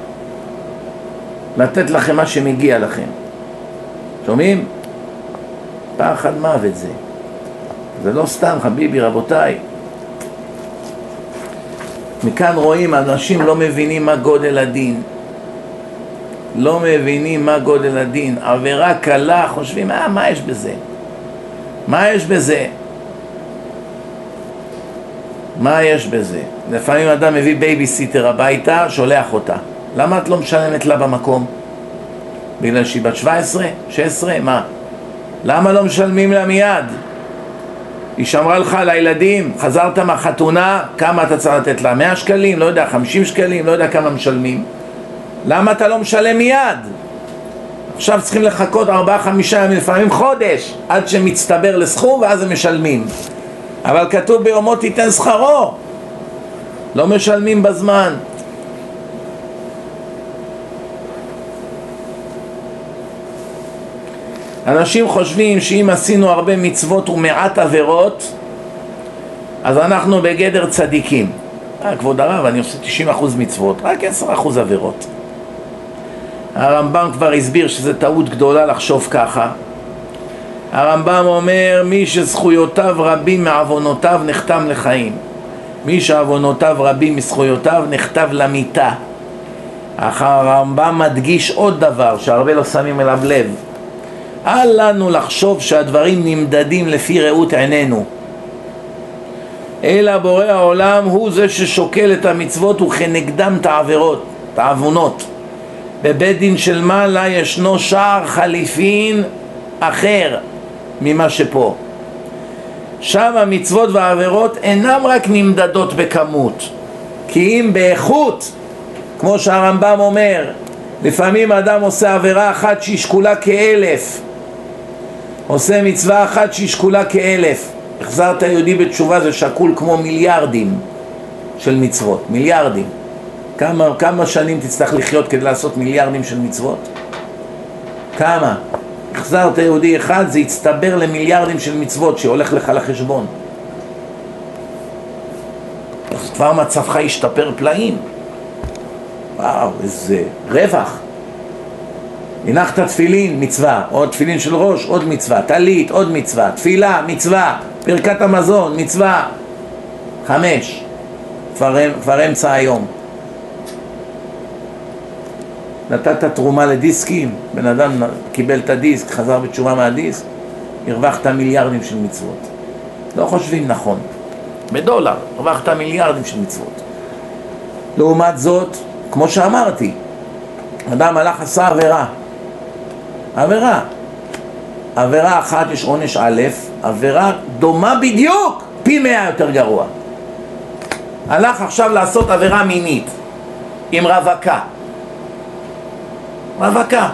Speaker 1: לתת לכם מה שמגיע לכם. שומעים? פחד מוות זה. זה לא סתם, חביבי, רבותיי. מכאן רואים, אנשים לא מבינים מה גודל הדין. לא מבינים מה גודל הדין. עבירה קלה, חושבים, אה, מה יש בזה? מה יש בזה? מה יש בזה? לפעמים אדם מביא בייביסיטר הביתה, שולח אותה. למה את לא משלמת לה במקום? בגלל שהיא בת שבע עשרה? שש עשרה? מה? למה לא משלמים לה מיד? היא שמרה לך על הילדים, חזרת מהחתונה, כמה אתה צריך לתת לה? מאה שקלים? לא יודע, חמישים שקלים? לא יודע כמה משלמים. למה אתה לא משלם מיד? עכשיו צריכים לחכות ארבעה חמישה ימים, לפעמים חודש, עד שמצטבר לסכום ואז הם משלמים. אבל כתוב ביומו תיתן שכרו. לא משלמים בזמן. אנשים חושבים שאם עשינו הרבה מצוות ומעט עבירות, אז אנחנו בגדר צדיקים. אה, כבוד הרב, אני עושה תשעים אחוז מצוות, רק עשרה אחוז עבירות. הרמב"ם כבר הסביר שזה טעות גדולה לחשוב ככה. הרמב"ם אומר, מי שזכויותיו רבים מעוונותיו נחתם לחיים. מי שעוונותיו רבים מזכויותיו נכתב למיתה. אך הרמב"ם מדגיש עוד דבר שהרבה לא שמים אליו לב. אל לנו לחשוב שהדברים נמדדים לפי ראות עינינו, אלא בורא העולם הוא זה ששוקל את המצוות וכנגדם את העבירות, את העוונות. בבית דין של מעלה ישנו שער חליפין אחר ממה שפה. שם המצוות והעבירות אינם רק נמדדות בכמות, כי אם באיכות, כמו שהרמב"ם אומר, לפעמים אדם עושה עבירה אחת שהיא שקולה כאלף, עושה מצווה אחת שהיא שקולה כאלף. החזרת יהודי בתשובה זה שקול כמו מיליארדים של מצוות, מיליארדים. כמה, כמה שנים תצטרך לחיות כדי לעשות מיליארדים של מצוות? כמה? החזרת יהודי אחד, זה יצטבר למיליארדים של מצוות שהולך לך לחשבון. אז כבר מצבך ישתפר פלאים. וואו, איזה רווח. הנחת תפילין, מצווה, עוד תפילין של ראש, עוד מצווה, תלית, עוד מצווה, תפילה, מצווה, פרקת המזון, מצווה. חמש. כבר, כבר אמצע היום. נתת תרומה לדיסקים, בן אדם קיבל את הדיסק, חזר בתשובה מהדיסק, הרווחת מיליארדים של מצוות. לא חושבים נכון. בדולר, הרווחת מיליארדים של מצוות. לעומת זאת, כמו שאמרתי, אדם הלך עשה עבירה. עבירה. עבירה אחת יש עונש א', עבירה דומה בדיוק, פי מאה יותר גרוע. הלך עכשיו לעשות עבירה מינית, עם רווקה. רווקה.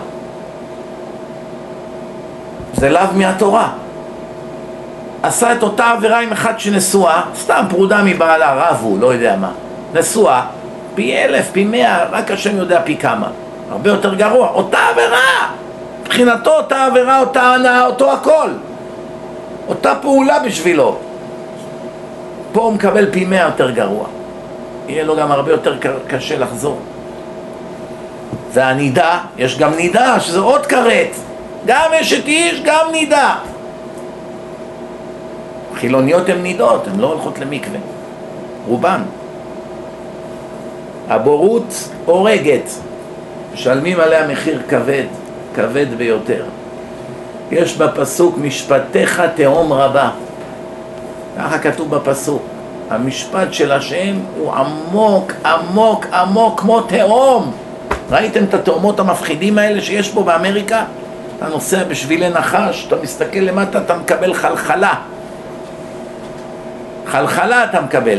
Speaker 1: זה לאו מהתורה. עשה את אותה עבירה עם אחד שנשואה, סתם פרודה מבעלה, רבו, לא יודע מה. נשואה, פי אלף, פי מאה, רק השם יודע פי כמה. הרבה יותר גרוע. אותה עבירה! מבחינתו אותה עבירה, אותה הנאה, אותו הכל. אותה פעולה בשבילו. פה הוא מקבל פי מאה יותר גרוע. יהיה לו גם הרבה יותר קשה לחזור. והנידה, יש גם נידה, שזה עוד קראת. גם אשת איש, גם נידה. חילוניות הן נידות, הן לא הולכות למקווה. רובן. הבורות הורגת. משלמים עליה מחיר כבד, כבד ביותר. יש בפסוק, משפטיך תהום רבה. ככה כתוב בפסוק. המשפט של השם הוא עמוק, עמוק, עמוק, כמו תהום. ראיתם את התאומות המפחידים האלה שיש פה באמריקה? אתה נוסע בשבילי נחש, אתה מסתכל למטה, אתה מקבל חלחלה. חלחלה אתה מקבל.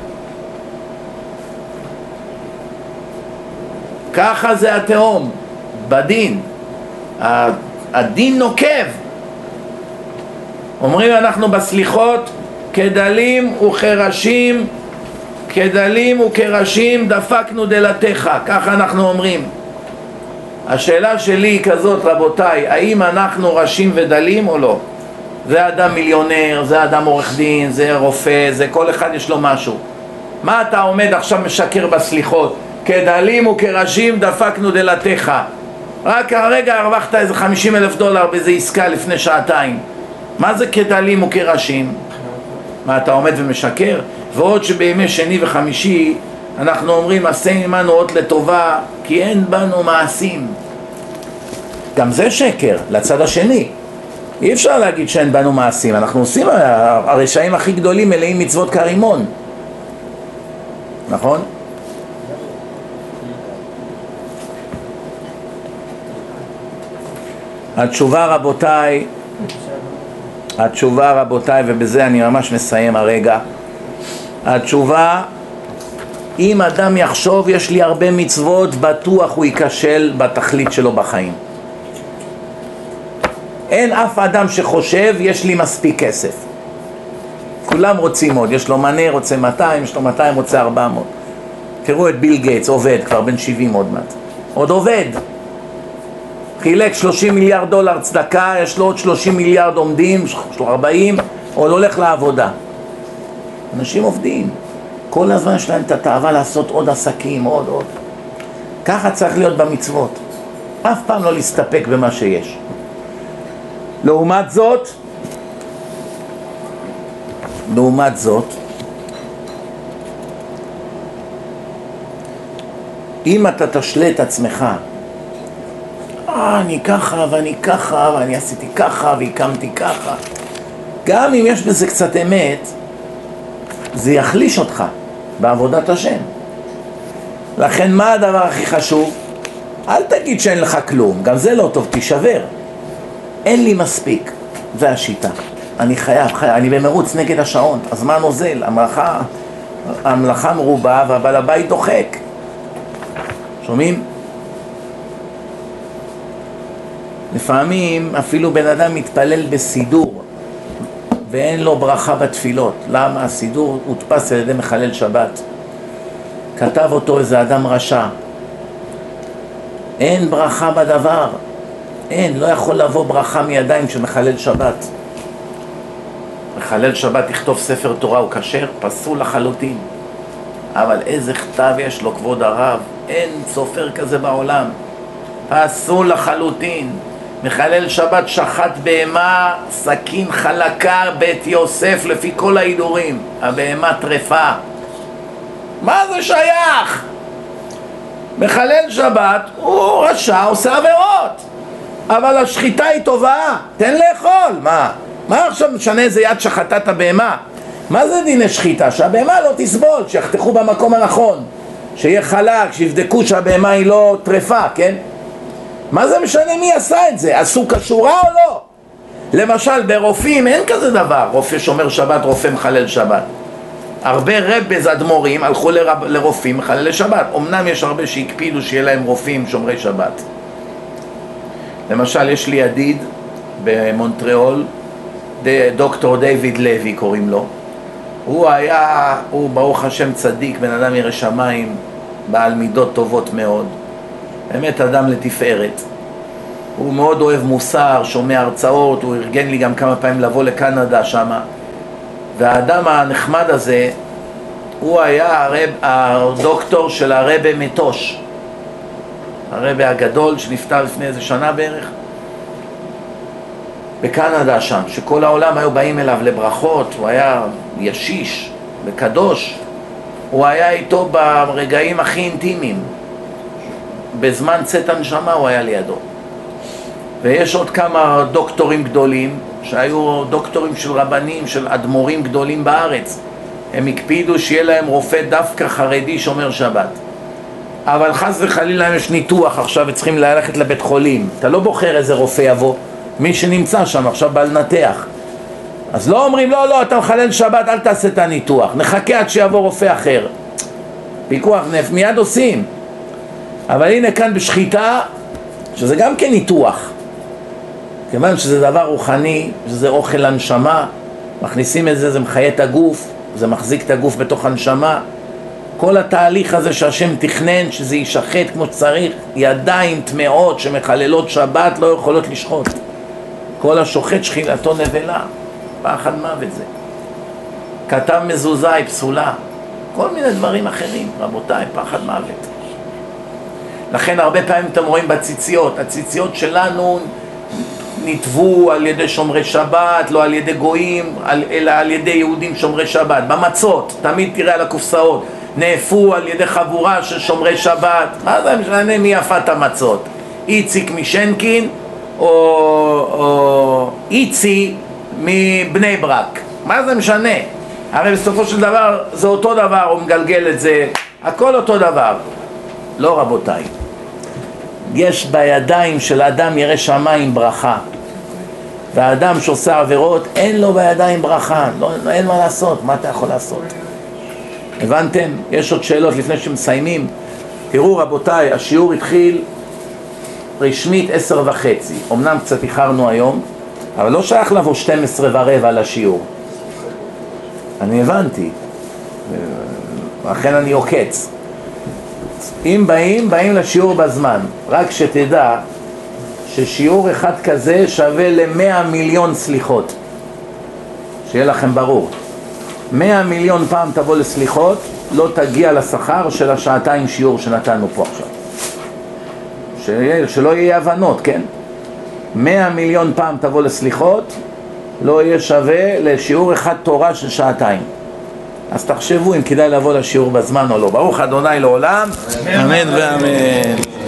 Speaker 1: ככה זה התאום, בדין. הדין נוקב. אומרים אנחנו בסליחות, כדלים וכרשים, כדלים וכרשים דפקנו דלתך, ככה אנחנו אומרים. השאלה שלי היא כזאת, רבותיי, האם אנחנו רשים ודלים או לא? זה אדם מיליונר, זה אדם עורך דין, זה רופא, זה כל אחד יש לו משהו. מה אתה עומד עכשיו משקר בסליחות? כדלים וכרשים דפקנו דלתך. רק הרגע הרווחת איזה חמישים אלף דולר באיזה עסקה לפני שעתיים. מה זה כדלים וכרשים? מה אתה עומד ומשקר? ועוד שבימי שני וחמישי אנחנו אומרים עשה עמנו אות לטובה כי אין בנו מעשים. גם זה שקר לצד השני. אי אפשר להגיד שאין בנו מעשים. אנחנו עושים, הרשעים הכי גדולים מלאים מצוות כרימון, נכון? התשובה רבותיי, התשובה רבותיי, ובזה אני ממש מסיים הרגע. התשובה, אם אדם יחשוב יש לי הרבה מצוות, בטוח הוא ייכשל בתכלית שלו בחיים. אין אף אדם שחושב יש לי מספיק כסף. כולם רוצים עוד, יש לו מנה רוצה מאתיים, יש לו מאתיים רוצה ארבע מאות. תראו את ביל גייטס, עובד כבר בן שבעים עוד מעט, עוד עובד. חילק שלושים מיליארד דולר צדקה, יש לו עוד שלושים מיליארד עומדים, ארבעים, עוד הולך לעבודה. אנשים עובדים, כל הזמן יש להם את התאווה לעשות עוד עסקים, עוד עוד. ככה צריך להיות במצוות, אף פעם לא להסתפק במה שיש. לעומת זאת, לעומת זאת, אם אתה תשלה את עצמך, אה, אני ככה ואני ככה ואני עשיתי ככה והקמתי ככה, גם אם יש בזה קצת אמת, זה יחליש אותך בעבודת השם. לכן מה הדבר הכי חשוב? אל תגיד שאין לך כלום, גם זה לא טוב, תישבר. אין לי מספיק, זה השיטה. אני חייב, חייב, אני במרוץ נגד השעון, הזמן נוזל, המלאכה, המלאכה מרובה והבעל הבית דוחק. שומעים? לפעמים אפילו בן אדם מתפלל בסידור ואין לו ברכה בתפילות. למה? הסידור הודפס על ידי מחלל שבת, כתב אותו איזה אדם רשע, אין ברכה בדבר, אין, לא יכול לבוא ברכה מידיים של מחלל שבת. מחלל שבת יכתוב ספר תורה הוא כשר, פסול לחלוטין. אבל איזה כתב יש לו כבוד הרב, אין סופר כזה בעולם, פסול לחלוטין. מחלל שבת שחט בהמה, סכין חלקה, בית יוסף לפי כל ההידורים, הבהמה טרפה. מה זה שייך? מחלל שבת הוא רשע, עושה עבירות, אבל השחיטה היא טובה, תן לאכול. מה? מה עכשיו משנה איזה יד שחטה את הבהמה? מה זה דיני שחיטה? שהבהמה לא תסבול, שיחתכו במקום הנכון, שיהיה חלק, שיבדקו שהבהמה היא לא טרפה, כן? מה זה משנה מי עשה את זה? עשו כשורה או לא? למשל ברופאים אין כזה דבר, רופא שומר שבת, רופא מחלל שבת. הרבה רבז אדמו"רים הלכו לרב, לרופאים מחללי שבת. אמנם יש הרבה שהקפידו שיהיה להם רופאים שומרי שבת. למשל יש לי ידיד במונטריאול, דוקטור דיוויד לוי קוראים לו. הוא היה, הוא ברוך השם צדיק, בן אדם ירא שמיים, בעל מידות טובות מאוד, באמת אדם לתפארת. הוא מאוד אוהב מוסר, שומע הרצאות, הוא ארגן לי גם כמה פעמים לבוא לקנדה שמה. והאדם הנחמד הזה, הוא היה הרב, הדוקטור של הרבי מטוש, הרבי הגדול שנפטר לפני איזה שנה בערך, בקנדה שם, שכל העולם היו באים אליו לברכות. הוא היה ישיש וקדוש, הוא היה איתו ברגעים הכי אינטימיים, בזמן צאת הנשמה הוא היה לידו. ויש עוד כמה דוקטורים גדולים שהיו דוקטורים של רבנים, של אדמו"רים גדולים בארץ, הם הקפידו שיהיה להם רופא דווקא חרדי שומר שבת. אבל חס וחלילה יש ניתוח עכשיו וצריכים ללכת לבית חולים, אתה לא בוחר איזה רופא יבוא, מי שנמצא שם עכשיו בא לנתח. אז לא אומרים לא לא אתה מחלל שבת אל תעשה את הניתוח, נחכה עד שיבוא רופא אחר. פיקוח נפש מיד עושים. אבל הנה כאן בשחיטה, שזה גם כן ניתוח, כיוון שזה דבר רוחני, שזה אוכל לנשמה, מכניסים את זה, זה מחיה את הגוף, זה מחזיק את הגוף בתוך הנשמה. כל התהליך הזה שהשם תכנן, שזה יישחט כמו שצריך, ידיים טמאות שמחללות שבת לא יכולות לשחוט. כל השוחט שחילתו נבלה, פחד מוות זה. כתב מזוזה היא פסולה, כל מיני דברים אחרים, רבותיי, פחד מוות. לכן הרבה פעמים אתם רואים בציציות, הציציות שלנו נתבו על ידי שומרי שבת, לא על ידי גויים, אלא על ידי יהודים שומרי שבת. במצות, תמיד תראה על הקופסאות, נאפו על ידי חבורה של שומרי שבת. מה זה משנה מי יפה את המצות? איציק משנקין או, או איצי מבני ברק. מה זה משנה? הרי בסופו של דבר זה אותו דבר, הוא מגלגל את זה, הכל אותו דבר. לא רבותיי, יש בידיים של האדם ירא שמיים ברכה, והאדם שעושה עבירות אין לו בידיים ברכה, לא, אין מה לעשות. מה אתה יכול לעשות? הבנתם? יש עוד שאלות לפני שמסיימים? תראו רבותיי, השיעור התחיל רשמית עשר וחצי, אמנם קצת איחרנו היום, אבל לא שייך לבוא שתים עשרה ורבע לשיעור. אני הבנתי, לכן אני עוקץ. אם באים, באים לשיעור בזמן. רק שתדע ששיעור אחד כזה שווה למאה מיליון סליחות. שיהיה לכם ברור. מאה מיליון פעם תבוא לסליחות, לא תגיע לשכר של השעתיים שיעור שנתנו פה עכשיו. שלא יהיה הבנות, כן? מאה מיליון פעם תבוא לסליחות, לא יהיה שווה לשיעור אחד תורה של שעתיים. אז תחשבו אם כדאי לבוא לשיעור בזמן או לא. ברוך אדוני לעולם, אמן ואמן.